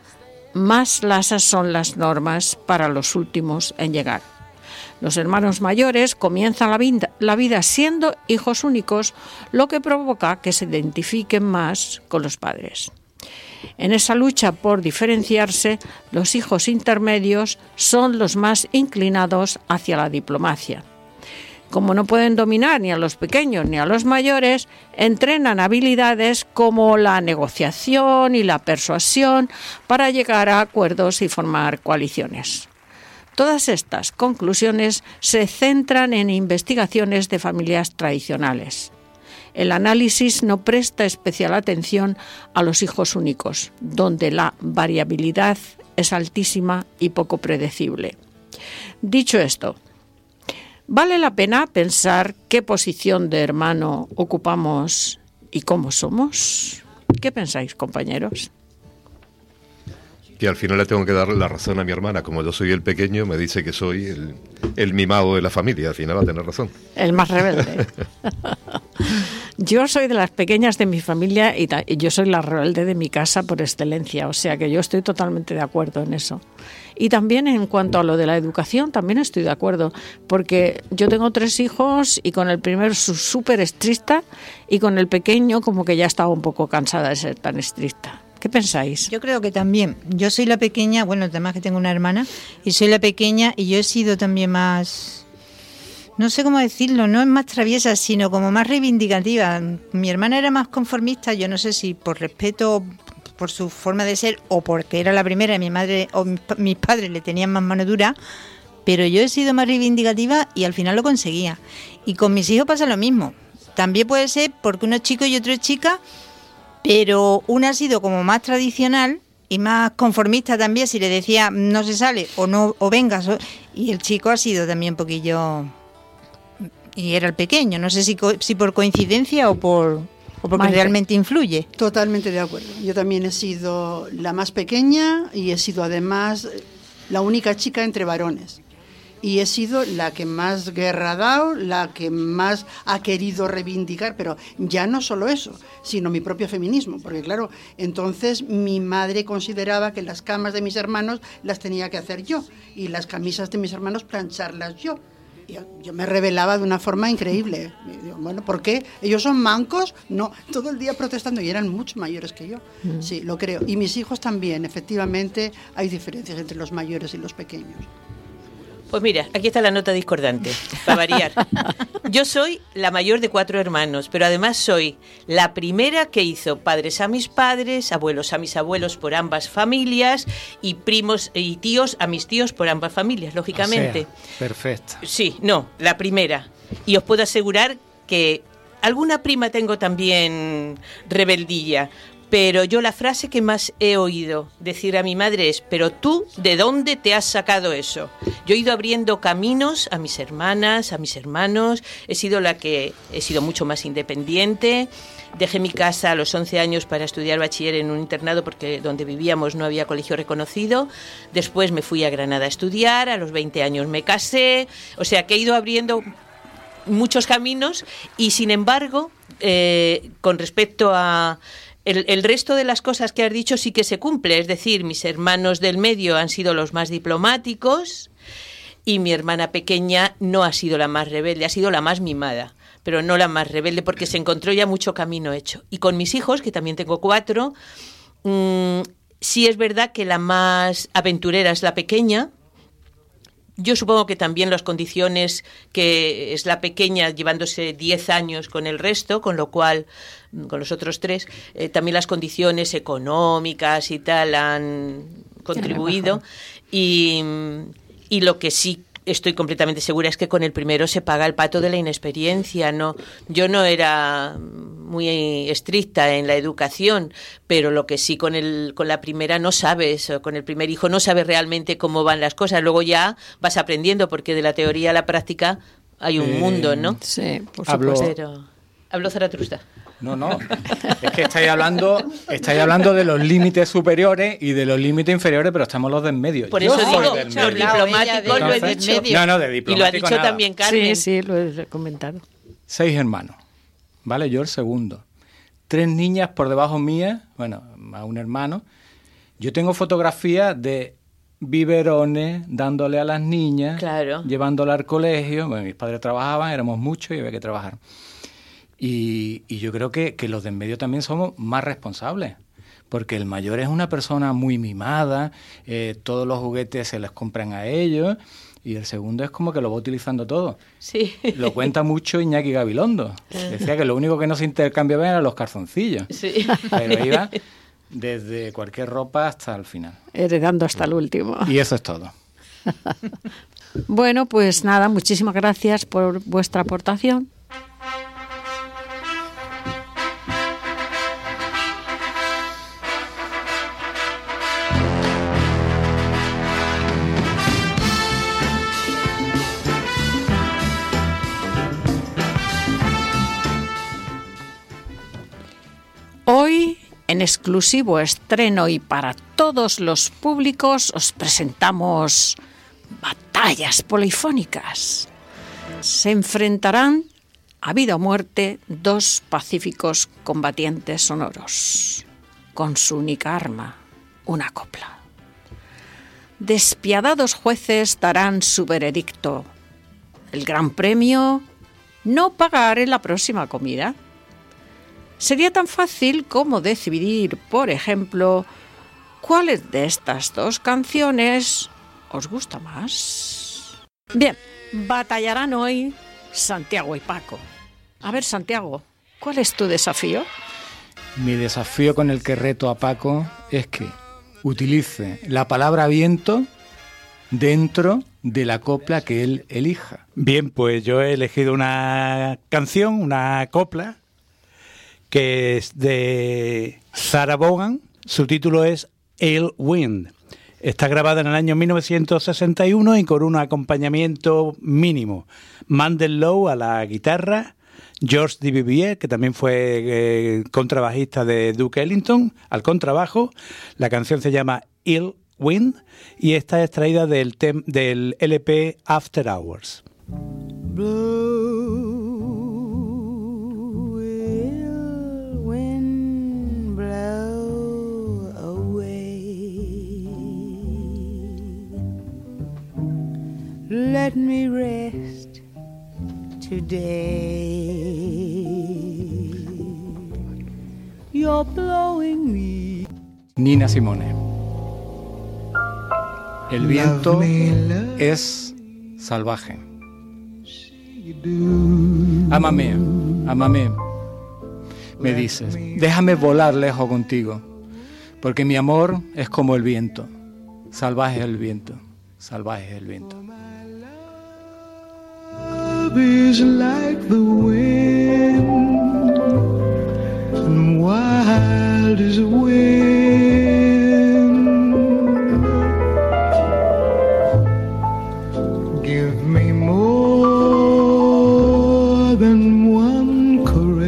S18: más lasas son las normas para los últimos en llegar. Los hermanos mayores comienzan la vida siendo hijos únicos, lo que provoca que se identifiquen más con los padres. En esa lucha por diferenciarse, los hijos intermedios son los más inclinados hacia la diplomacia. Como no pueden dominar ni a los pequeños ni a los mayores, entrenan habilidades como la negociación y la persuasión para llegar a acuerdos y formar coaliciones. Todas estas conclusiones se centran en investigaciones de familias tradicionales. El análisis no presta especial atención a los hijos únicos, donde la variabilidad es altísima y poco predecible. Dicho esto, ¿vale la pena pensar qué posición de hermano ocupamos y cómo somos? ¿Qué pensáis, compañeros?
S16: Que al final le tengo que dar la razón a mi hermana. Como yo soy el pequeño, me dice que soy el mimado de la familia. Al final va a tener razón.
S18: El más rebelde. Yo soy de las pequeñas de mi familia y yo soy la rebelde de mi casa por excelencia. O sea que yo estoy totalmente de acuerdo en eso. Y también en cuanto a lo de la educación, también estoy de acuerdo. Porque yo tengo 3 hijos y con el primero soy súper estricta y con el pequeño como que ya estaba un poco cansada de ser tan estricta. ¿Qué pensáis?
S2: Yo creo que también. Yo soy la pequeña, bueno, además que tengo una hermana, y soy la pequeña y yo he sido también más, no sé cómo decirlo, no es más traviesa, sino como más reivindicativa. Mi hermana era más conformista, yo no sé si por respeto por su forma de ser o porque era la primera y mi madre o mis padres le tenían más mano dura, pero yo he sido más reivindicativa y al final lo conseguía. Y con mis hijos pasa lo mismo. También puede ser porque uno es chico y otro es chica, pero una ha sido como más tradicional y más conformista también, si le decía no se sale o no o vengas, y el chico ha sido también un poquillo, y era el pequeño, no sé si por coincidencia o porque realmente influye.
S19: Totalmente de acuerdo. Yo también he sido la más pequeña y he sido además la única chica entre varones. Y he sido la que más guerra ha dado, la que más ha querido reivindicar, pero ya no solo eso, sino mi propio feminismo, porque claro, entonces mi madre consideraba que las camas de mis hermanos las tenía que hacer yo, y las camisas de mis hermanos plancharlas yo. Y yo me rebelaba de una forma increíble. Y digo, bueno, ¿por qué? ¿Ellos son mancos? No, todo el día protestando, y eran mucho mayores que yo. Sí, lo creo. Y mis hijos también, efectivamente, hay diferencias entre los mayores y los pequeños.
S15: Pues mira, aquí está la nota discordante, para variar. Yo soy la mayor de 4 hermanos, pero además soy la primera que hizo padres a mis padres, abuelos a mis abuelos por ambas familias y primos y tíos a mis tíos por ambas familias, lógicamente.
S1: O sea, perfecto.
S15: Sí, no, la primera. Y os puedo asegurar que alguna prima tengo también rebeldilla. Pero yo la frase que más he oído decir a mi madre es: pero tú, ¿de dónde te has sacado eso? Yo he ido abriendo caminos a mis hermanas, a mis hermanos, he sido mucho más independiente. Dejé mi casa a los 11 años para estudiar bachiller en un internado porque donde vivíamos no había colegio reconocido. Después me fui a Granada a estudiar, a los 20 años me casé. O sea que he ido abriendo muchos caminos y, sin embargo, con respecto a el resto de las cosas que has dicho sí que se cumple. Es decir, mis hermanos del medio han sido los más diplomáticos y mi hermana pequeña no ha sido la más rebelde, ha sido la más mimada, pero no la más rebelde porque se encontró ya mucho camino hecho. Y con mis hijos, que también tengo 4, sí es verdad que la más aventurera es la pequeña. Yo supongo que también las condiciones, que es la pequeña llevándose 10 años con el resto, con lo cual, con los otros 3, también las condiciones económicas y tal han contribuido. Y lo que sí estoy completamente segura es que con el primero se paga el pato de la inexperiencia. No, yo no era muy estricta en la educación, pero lo que sí con la primera no sabes, o con el primer hijo no sabes realmente cómo van las cosas. Luego ya vas aprendiendo, porque de la teoría a la práctica hay un mundo, ¿no?
S18: Sí, por supuesto.
S15: Hablo Zaratustra.
S1: No, es que estáis hablando de los límites superiores y de los límites inferiores, pero estamos los de en medio.
S15: Por eso digo, los diplomáticos lo he dicho.
S1: No, de diplomático
S15: y lo ha dicho
S1: nada.
S15: También Carmen.
S18: Sí, lo he comentado.
S1: 6 hermanos, ¿vale? Yo el segundo. 3 niñas por debajo mía, bueno, a un hermano. Yo tengo fotografías de biberones, dándole a las niñas,
S15: claro,
S1: llevándolas al colegio. Bueno, mis padres trabajaban, éramos muchos y había que trabajar. Y yo creo que los de en medio también somos más responsables, porque el mayor es una persona muy mimada, todos los juguetes se les compran a ellos, y el segundo es como que lo va utilizando todo.
S15: Sí.
S1: Lo cuenta mucho Iñaki Gabilondo. Decía que lo único que no se intercambiaban eran los calzoncillos.
S15: Sí.
S1: Pero iba desde cualquier ropa hasta el final.
S18: Heredando hasta el último.
S1: Y eso es todo.
S18: Bueno, pues nada, muchísimas gracias por vuestra aportación. Hoy, en exclusivo estreno y para todos los públicos, os presentamos Batallas Polifónicas. Se enfrentarán a vida o muerte 2 pacíficos combatientes sonoros, con su única arma, una copla. Despiadados jueces darán su veredicto. El gran premio: no pagar en la próxima comida. Sería tan fácil como decidir, por ejemplo, cuáles de estas 2 canciones os gusta más. Bien, batallarán hoy Santiago y Paco. A ver, Santiago, ¿cuál es tu desafío?
S1: Mi desafío con el que reto a Paco es que utilice la palabra viento dentro de la copla que él elija.
S17: Bien, pues yo he elegido una canción, una copla, que es de Sarah Vaughan. Su título es Ale Wind. Está grabada en el año 1961 y con un acompañamiento mínimo. Mandel Lowe a la guitarra, George Duvivier, que también fue contrabajista de Duke Ellington, al contrabajo. La canción se llama Ale Wind y está extraída del LP After Hours.
S6: Let me rest today. You're blowing me.
S1: Nina Simone. El viento es salvaje. Ámame, ámame, me dices, déjame volar lejos contigo, porque mi amor es como el viento, salvaje es el viento, salvaje es el viento.
S6: Love is like the wind, and wild is the wind. Give me more than one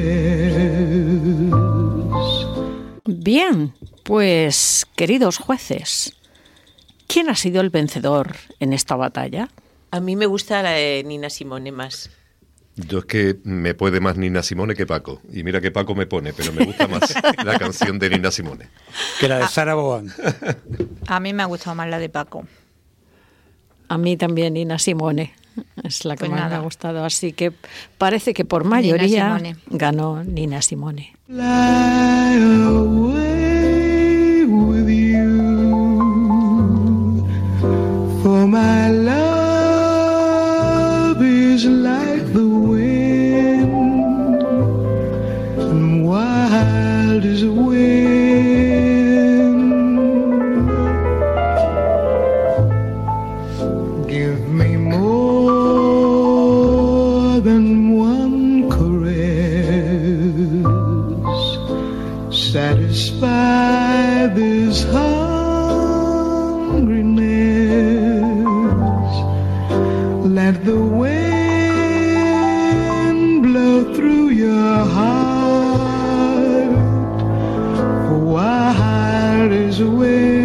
S6: caress.
S18: Bien, pues queridos jueces, ¿quién ha sido el vencedor en esta batalla?
S15: A mí me gusta la de Nina Simone más.
S16: Yo es que me puede más Nina Simone que Paco. Y mira que Paco me pone, pero me gusta más la canción de Nina Simone.
S17: Que la de Sara Bogan.
S2: A mí me ha gustado más la de Paco.
S18: A mí también Nina Simone. Es la que
S2: Pues
S18: más me
S2: nada.
S18: ha gustado. Así que parece que por mayoría
S2: Simone.
S18: ganó Nina Simone.
S6: Fly away with you, for my love is like the wind, and wild is the wind. Give me more than one caress, satisfy this hungriness. Let the wind blow through your heart, for wild is the wind.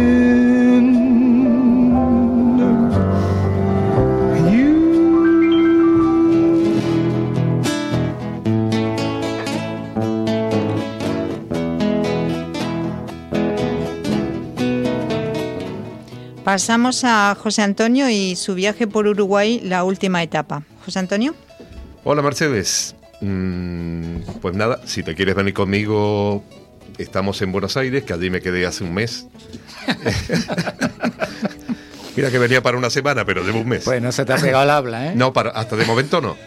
S2: Pasamos a José Antonio y su viaje por Uruguay, la última etapa. José Antonio.
S16: Hola Mercedes. Pues nada, si te quieres venir conmigo, estamos en Buenos Aires, que allí me quedé hace un mes. Mira que venía para una semana, pero llevo un mes.
S1: Pues no se te ha pegado el habla, ¿eh?
S16: No, hasta de momento no.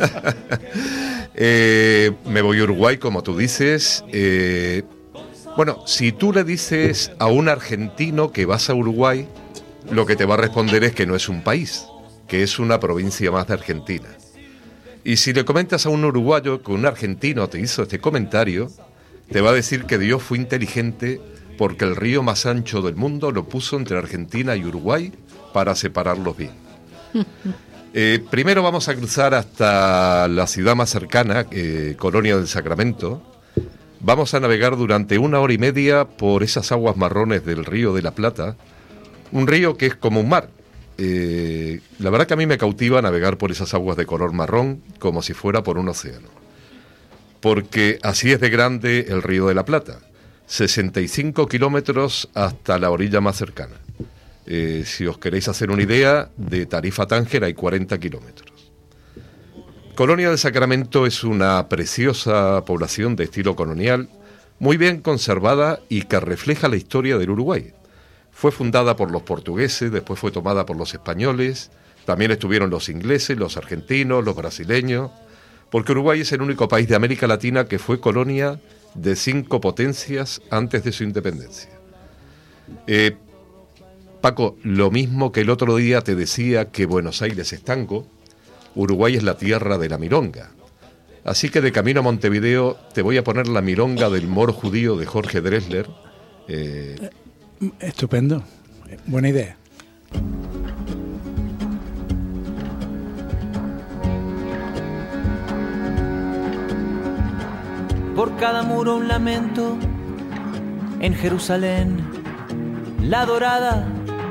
S16: Me voy a Uruguay, como tú dices. Bueno, si tú le dices a un argentino que vas a Uruguay, lo que te va a responder es que no es un país, que es una provincia más de Argentina. Y si le comentas a un uruguayo que un argentino te hizo este comentario, te va a decir que Dios fue inteligente porque el río más ancho del mundo lo puso entre Argentina y Uruguay para separarlos bien. Primero vamos a cruzar hasta la ciudad más cercana, Colonia del Sacramento. Vamos a navegar durante 1 hora y media por esas aguas marrones del Río de la Plata, un río que es como un mar. La verdad que a mí me cautiva navegar por esas aguas de color marrón como si fuera por un océano. Porque así es de grande el Río de la Plata, 65 kilómetros hasta la orilla más cercana. Si os queréis hacer una idea, de Tarifa a Tánger hay 40 kilómetros. Colonia del Sacramento es una preciosa población de estilo colonial, muy bien conservada y que refleja la historia del Uruguay. Fue fundada por los portugueses, después fue tomada por los españoles, también estuvieron los ingleses, los argentinos, los brasileños, porque Uruguay es el único país de América Latina que fue colonia de 5 potencias antes de su independencia. Paco, lo mismo que el otro día te decía que Buenos Aires es tango, Uruguay es la tierra de la milonga. Así que de camino a Montevideo te voy a poner la milonga del moro judío de Jorge Drexler.
S17: Estupendo, buena idea.
S21: Por cada muro un lamento, en Jerusalén, la dorada,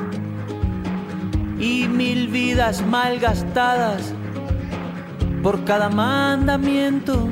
S21: y 1000 vidas malgastadas, por cada mandamiento.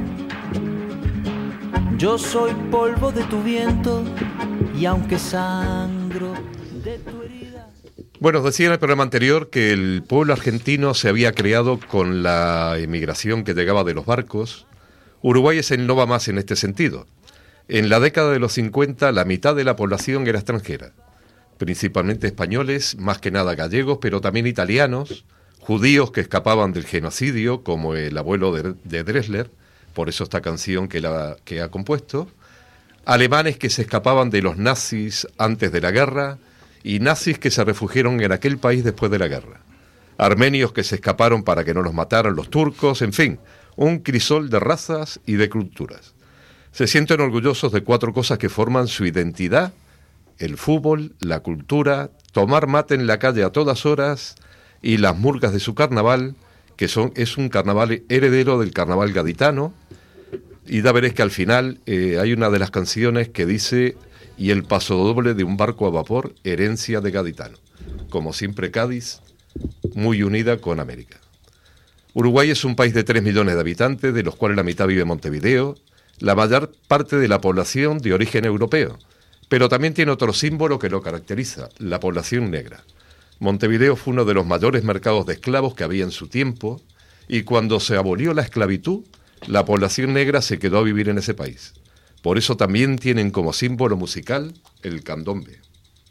S21: Yo soy polvo de tu viento, y aunque sangro de tu herida.
S16: Bueno, os decía en el programa anterior que el pueblo argentino se había creado con la emigración que llegaba de los barcos. Uruguay es el no va más en este sentido. En la década de los 50, la mitad de la población era extranjera, principalmente españoles, más que nada gallegos, pero también italianos, judíos que escapaban del genocidio, como el abuelo de Drexler, por eso esta canción que ha compuesto, alemanes que se escapaban de los nazis antes de la guerra y nazis que se refugiaron en aquel país después de la guerra, armenios que se escaparon para que no los mataran los turcos, en fin, un crisol de razas y de culturas. Se sienten orgullosos de 4 cosas que forman su identidad: el fútbol, la cultura, tomar mate en la calle a todas horas y las murgas de su carnaval, que es un carnaval heredero del carnaval gaditano. Y ya veréis que al final hay una de las canciones que dice: y el pasodoble de un barco a vapor, herencia de gaditano. Como siempre, Cádiz, muy unida con América. Uruguay es un país de 3 millones de habitantes, de los cuales la mitad vive en Montevideo, la mayor parte de la población de origen europeo, pero también tiene otro símbolo que lo caracteriza: la población negra. Montevideo fue uno de los mayores mercados de esclavos que había en su tiempo, y cuando se abolió la esclavitud, la población negra se quedó a vivir en ese país. Por eso también tienen como símbolo musical el candombe.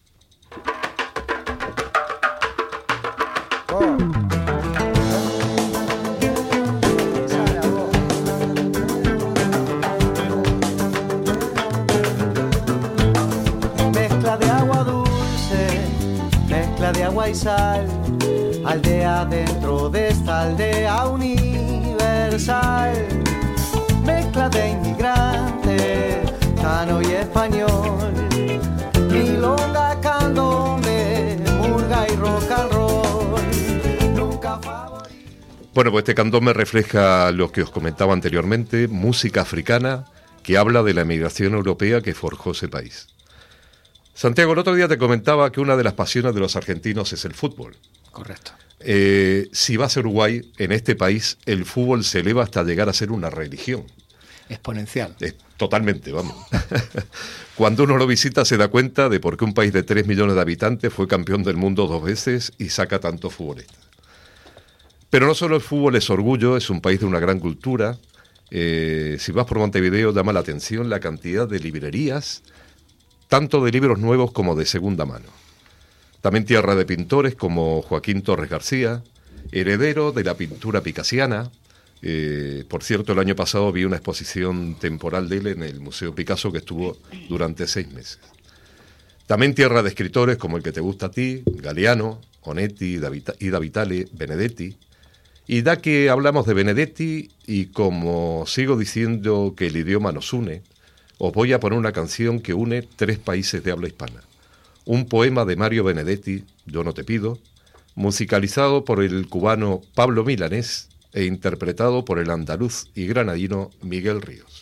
S21: Mezcla de agua dulce, mezcla de agua y sal, aldea dentro de esta aldea universal. Mezcla de inmigrante, tano y español, milonga, candombe, murga y rock and roll. Nunca favorito.
S16: Bueno, pues este candombe refleja lo que os comentaba anteriormente, música africana que habla de la emigración europea que forjó ese país. Santiago, el otro día te comentaba que una de las pasiones de los argentinos es el fútbol.
S1: Correcto.
S16: Si vas a Uruguay, en este país, el fútbol se eleva hasta llegar a ser una religión.
S1: Exponencial.
S16: Totalmente, vamos. Cuando uno lo visita se da cuenta de por qué un país de 3 millones de habitantes fue campeón del mundo 2 veces y saca tantos futbolistas. Pero no solo el fútbol es orgullo, es un país de una gran cultura. Si vas por Montevideo llama la atención la cantidad de librerías, tanto de libros nuevos como de segunda mano. También tierra de pintores como Joaquín Torres García, heredero de la pintura picasiana. Por cierto, el año pasado vi una exposición temporal de él en el Museo Picasso que estuvo durante 6 meses. También tierra de escritores como el que te gusta a ti, Galeano, Onetti, Ida Vitale, Benedetti. Y da que hablamos de Benedetti, y como sigo diciendo que el idioma nos une, os voy a poner una canción que une 3 países de habla hispana. Un poema de Mario Benedetti, Yo no te pido, musicalizado por el cubano Pablo Milanés e interpretado por el andaluz y granadino Miguel Ríos.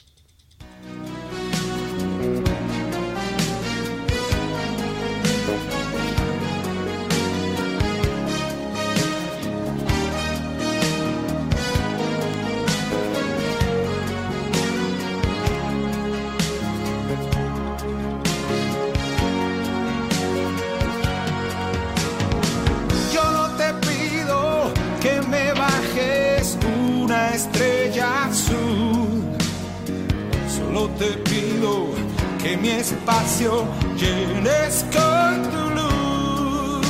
S4: Te pido que mi espacio llenes con tu luz.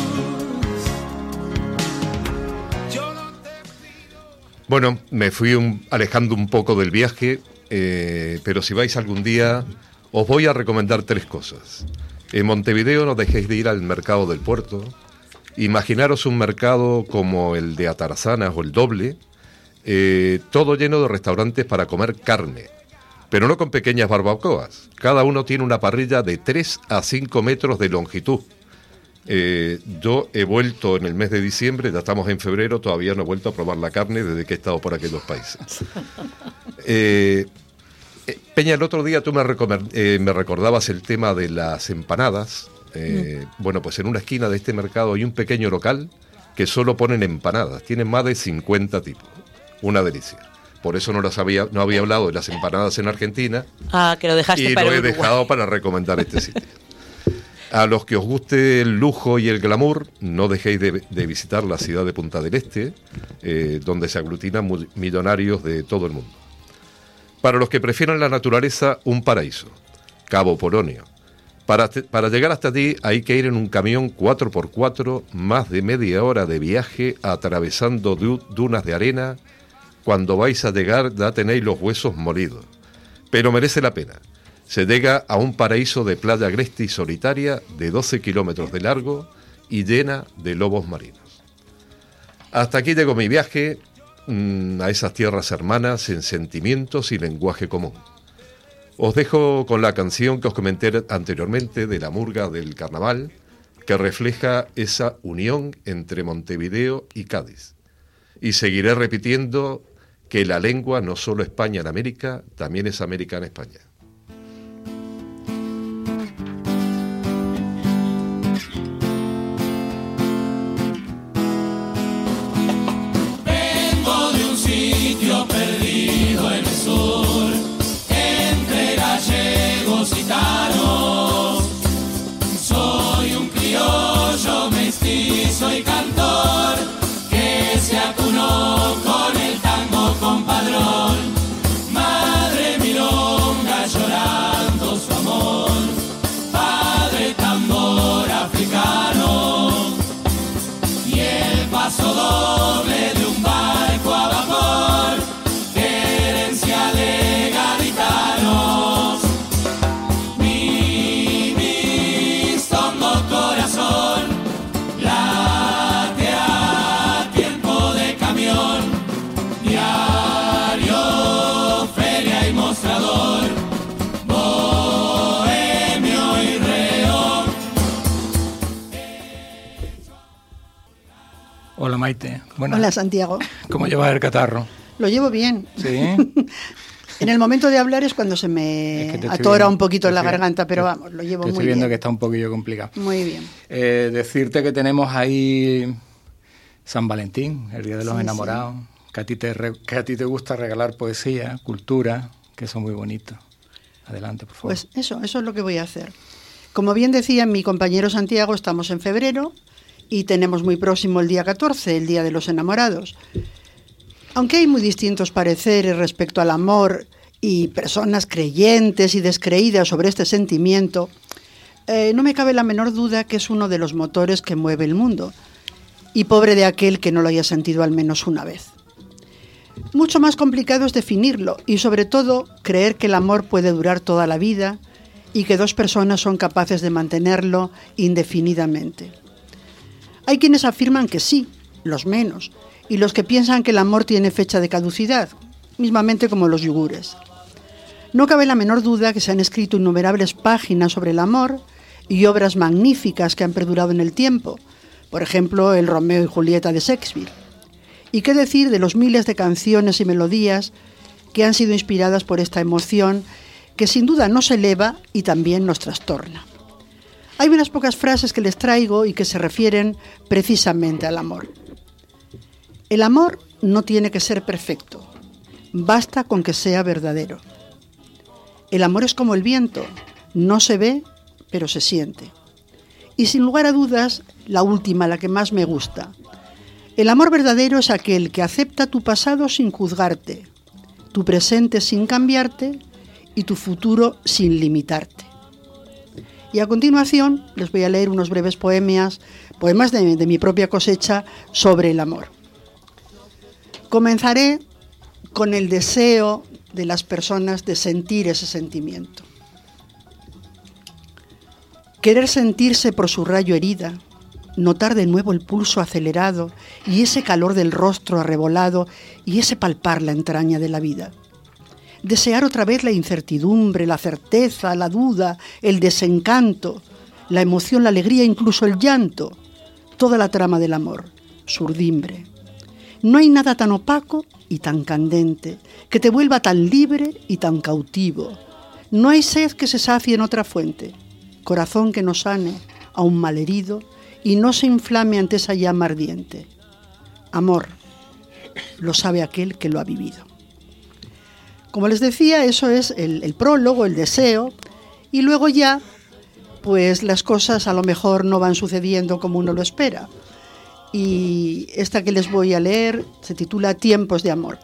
S4: Yo no te pido...
S16: Bueno, me fui alejando un poco del viaje, pero si vais algún día, os voy a recomendar 3 cosas. En Montevideo no dejéis de ir al mercado del puerto. Imaginaros un mercado como el de Atarazanas o el Doble, todo lleno de restaurantes para comer carne. Pero no con pequeñas barbacoas. Cada uno tiene una parrilla de 3 a 5 metros de longitud. Yo he vuelto en el mes de diciembre, ya estamos en febrero, todavía no he vuelto a probar la carne desde que he estado por aquellos países. Peña, el otro día tú me recordabas el tema de las empanadas. Bueno, pues en una esquina de este mercado hay un pequeño local que solo ponen empanadas. Tienen más de 50 tipos. Una delicia. Por eso no había hablado de las empanadas en Argentina.
S15: Ah, que lo dejaste para
S16: Uruguay. Y lo he
S15: Uruguay.
S16: dejado para recomendar este sitio. A los que os guste el lujo y el glamour, no dejéis de visitar la ciudad de Punta del Este, donde se aglutinan millonarios de todo el mundo. Para los que prefieran la naturaleza, un paraíso, Cabo Polonio. Para llegar hasta ti hay que ir en un camión 4x4, más de media hora de viaje, atravesando dunas de arena. Cuando vais a llegar ya tenéis los huesos molidos. Pero merece la pena. Se llega a un paraíso de playa agreste y solitaria de 12 kilómetros de largo y llena de lobos marinos. Hasta aquí llegó mi viaje a esas tierras hermanas en sentimientos y lenguaje común. Os dejo con la canción que os comenté anteriormente de la murga del carnaval, que refleja esa unión entre Montevideo y Cádiz. Y seguiré repitiendo que la lengua no solo España en América, también es América en España.
S4: Vengo de un sitio perdido en el sur, entre gallegos y gitanos. Soy un criollo mestizo y cantor que se acunó con el tango compadrón. Madre milonga llorando su amor, padre tambor africano, y el paso doble de un barco a vapor, herencia de gaditanos. Mi mistongo corazón late a tiempo de camión, diario, feria y mostrador, bohemio y reo.
S1: Hola Maite. Buenas.
S19: Hola Santiago.
S1: ¿Cómo llevas el catarro?
S19: Lo llevo bien.
S1: Sí.
S19: En el momento de hablar es cuando se me atora
S1: viendo,
S19: un poquito en la garganta, pero vamos, lo llevo muy bien.
S1: Estoy viendo que está un poquillo complicado.
S19: Muy bien.
S1: Decirte que tenemos ahí San Valentín, el Día de los
S19: Sí,
S1: Enamorados, que a ti te gusta regalar poesía, cultura, que son muy bonitos. Adelante, por favor.
S19: Pues eso es lo que voy a hacer. Como bien decía mi compañero Santiago, estamos en febrero y tenemos muy próximo el día 14, el Día de los Enamorados. Aunque hay muy distintos pareceres respecto al amor y personas creyentes y descreídas sobre este sentimiento, no me cabe la menor duda que es uno de los motores que mueve el mundo. Y pobre de aquel que no lo haya sentido al menos una vez. Mucho más complicado es definirlo y sobre todo creer que el amor puede durar toda la vida y que dos personas son capaces de mantenerlo indefinidamente. Hay quienes afirman que sí, los menos, y los que piensan que el amor tiene fecha de caducidad, mismamente como los yogures. No cabe la menor duda que se han escrito innumerables páginas sobre el amor y obras magníficas que han perdurado en el tiempo, por ejemplo, el Romeo y Julieta de Shakespeare. ¿Y qué decir de los miles de canciones y melodías que han sido inspiradas por esta emoción que sin duda nos eleva y también nos trastorna? Hay unas pocas frases que les traigo y que se refieren precisamente al amor. El amor no tiene que ser perfecto, basta con que sea verdadero. El amor es como el viento, no se ve, pero se siente. Y sin lugar a dudas, la última, la que más me gusta. El amor verdadero es aquel que acepta tu pasado sin juzgarte, tu presente sin cambiarte y tu futuro sin limitarte. Y a continuación les voy a leer unos breves poemas de mi propia cosecha sobre el amor. Comenzaré con el deseo de las personas de sentir ese sentimiento. Querer sentirse por su rayo herida, notar de nuevo el pulso acelerado y ese calor del rostro arrebolado y ese palpar la entraña de la vida. Desear otra vez la incertidumbre, la certeza, la duda, el desencanto, la emoción, la alegría, incluso el llanto, toda la trama del amor, su urdimbre. No hay nada tan opaco y tan candente, que te vuelva tan libre y tan cautivo. No hay sed que se sacie en otra fuente, corazón que no sane a un malherido y no se inflame ante esa llama ardiente. Amor, lo sabe aquel que lo ha vivido. Como les decía, eso es el prólogo, el deseo, y luego ya, pues las cosas a lo mejor no van sucediendo como uno lo espera. Y esta que les voy a leer se titula Tiempos de amor.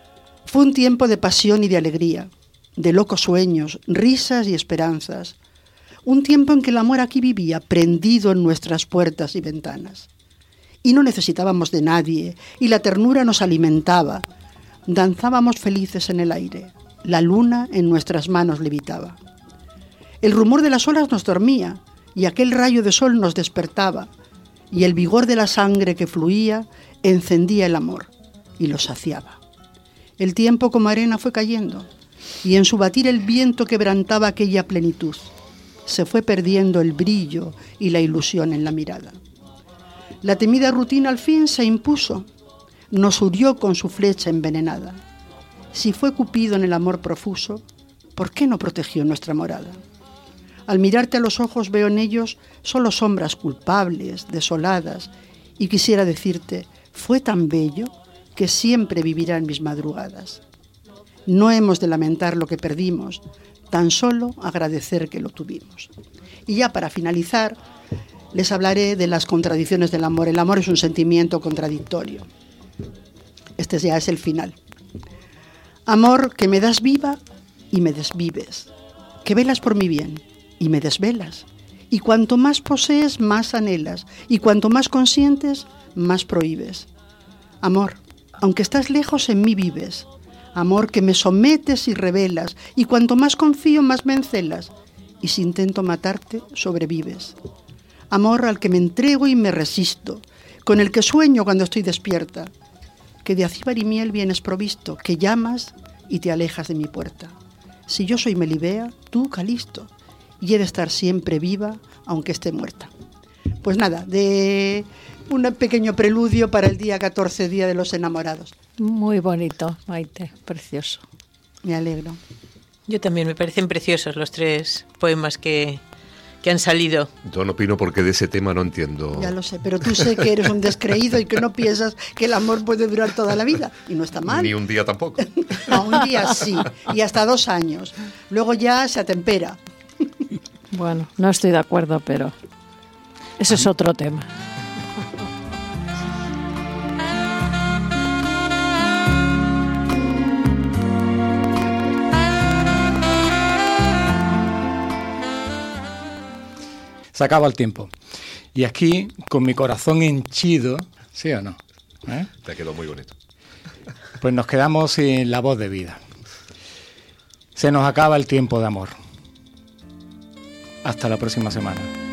S19: Fue un tiempo de pasión y de alegría, de locos sueños, risas y esperanzas. Un tiempo en que el amor aquí vivía, prendido en nuestras puertas y ventanas. Y no necesitábamos de nadie, y la ternura nos alimentaba. Danzábamos felices en el aire. La luna en nuestras manos levitaba. El rumor de las olas nos dormía, y aquel rayo de sol nos despertaba, y el vigor de la sangre que fluía encendía el amor y lo saciaba. El tiempo como arena fue cayendo, y en su batir el viento quebrantaba aquella plenitud. Se fue perdiendo el brillo y la ilusión en la mirada. La temida rutina al fin se impuso, nos hirió con su flecha envenenada. Si fue Cupido en el amor profuso, ¿por qué no protegió nuestra morada? Al mirarte a los ojos veo en ellos solo sombras culpables, desoladas, y quisiera decirte, fue tan bello que siempre vivirá en mis madrugadas. No hemos de lamentar lo que perdimos, tan solo agradecer que lo tuvimos. Y ya para finalizar, les hablaré de las contradicciones del amor. El amor es un sentimiento contradictorio. Este ya es el final. Amor que me das viva y me desvives, que velas por mi bien y me desvelas, y cuanto más posees, más anhelas, y cuanto más consientes, más prohíbes. Amor, aunque estás lejos, en mí vives. Amor que me sometes y revelas, y cuanto más confío, más me encelas, y si intento matarte, sobrevives. Amor al que me entrego y me resisto, con el que sueño cuando estoy despierta, que de acíbar y miel vienes provisto, que llamas y te alejas de mi puerta. Si yo soy Melibea, tú Calisto, y he de estar siempre viva, aunque esté muerta. Pues nada, de un pequeño preludio para el día 14, Día de los Enamorados.
S18: Muy bonito, Maite, precioso.
S19: Me alegro.
S15: Yo también, me parecen preciosos los 3 poemas que han salido.
S16: Yo no opino porque de ese tema no entiendo.
S19: Ya lo sé, pero tú sé que eres un descreído y que no piensas que el amor puede durar toda la vida, y no está mal.
S16: Ni un día tampoco.
S19: No, un día sí, y hasta 2 años. Luego ya se atempera.
S18: Bueno, no estoy de acuerdo, pero ese es otro tema.
S1: Se acaba el tiempo. Y aquí, con mi corazón henchido, ¿sí o no?
S16: Te ha quedado muy bonito.
S1: Pues nos quedamos sin la voz de vida. Se nos acaba el tiempo de amor. Hasta la próxima semana.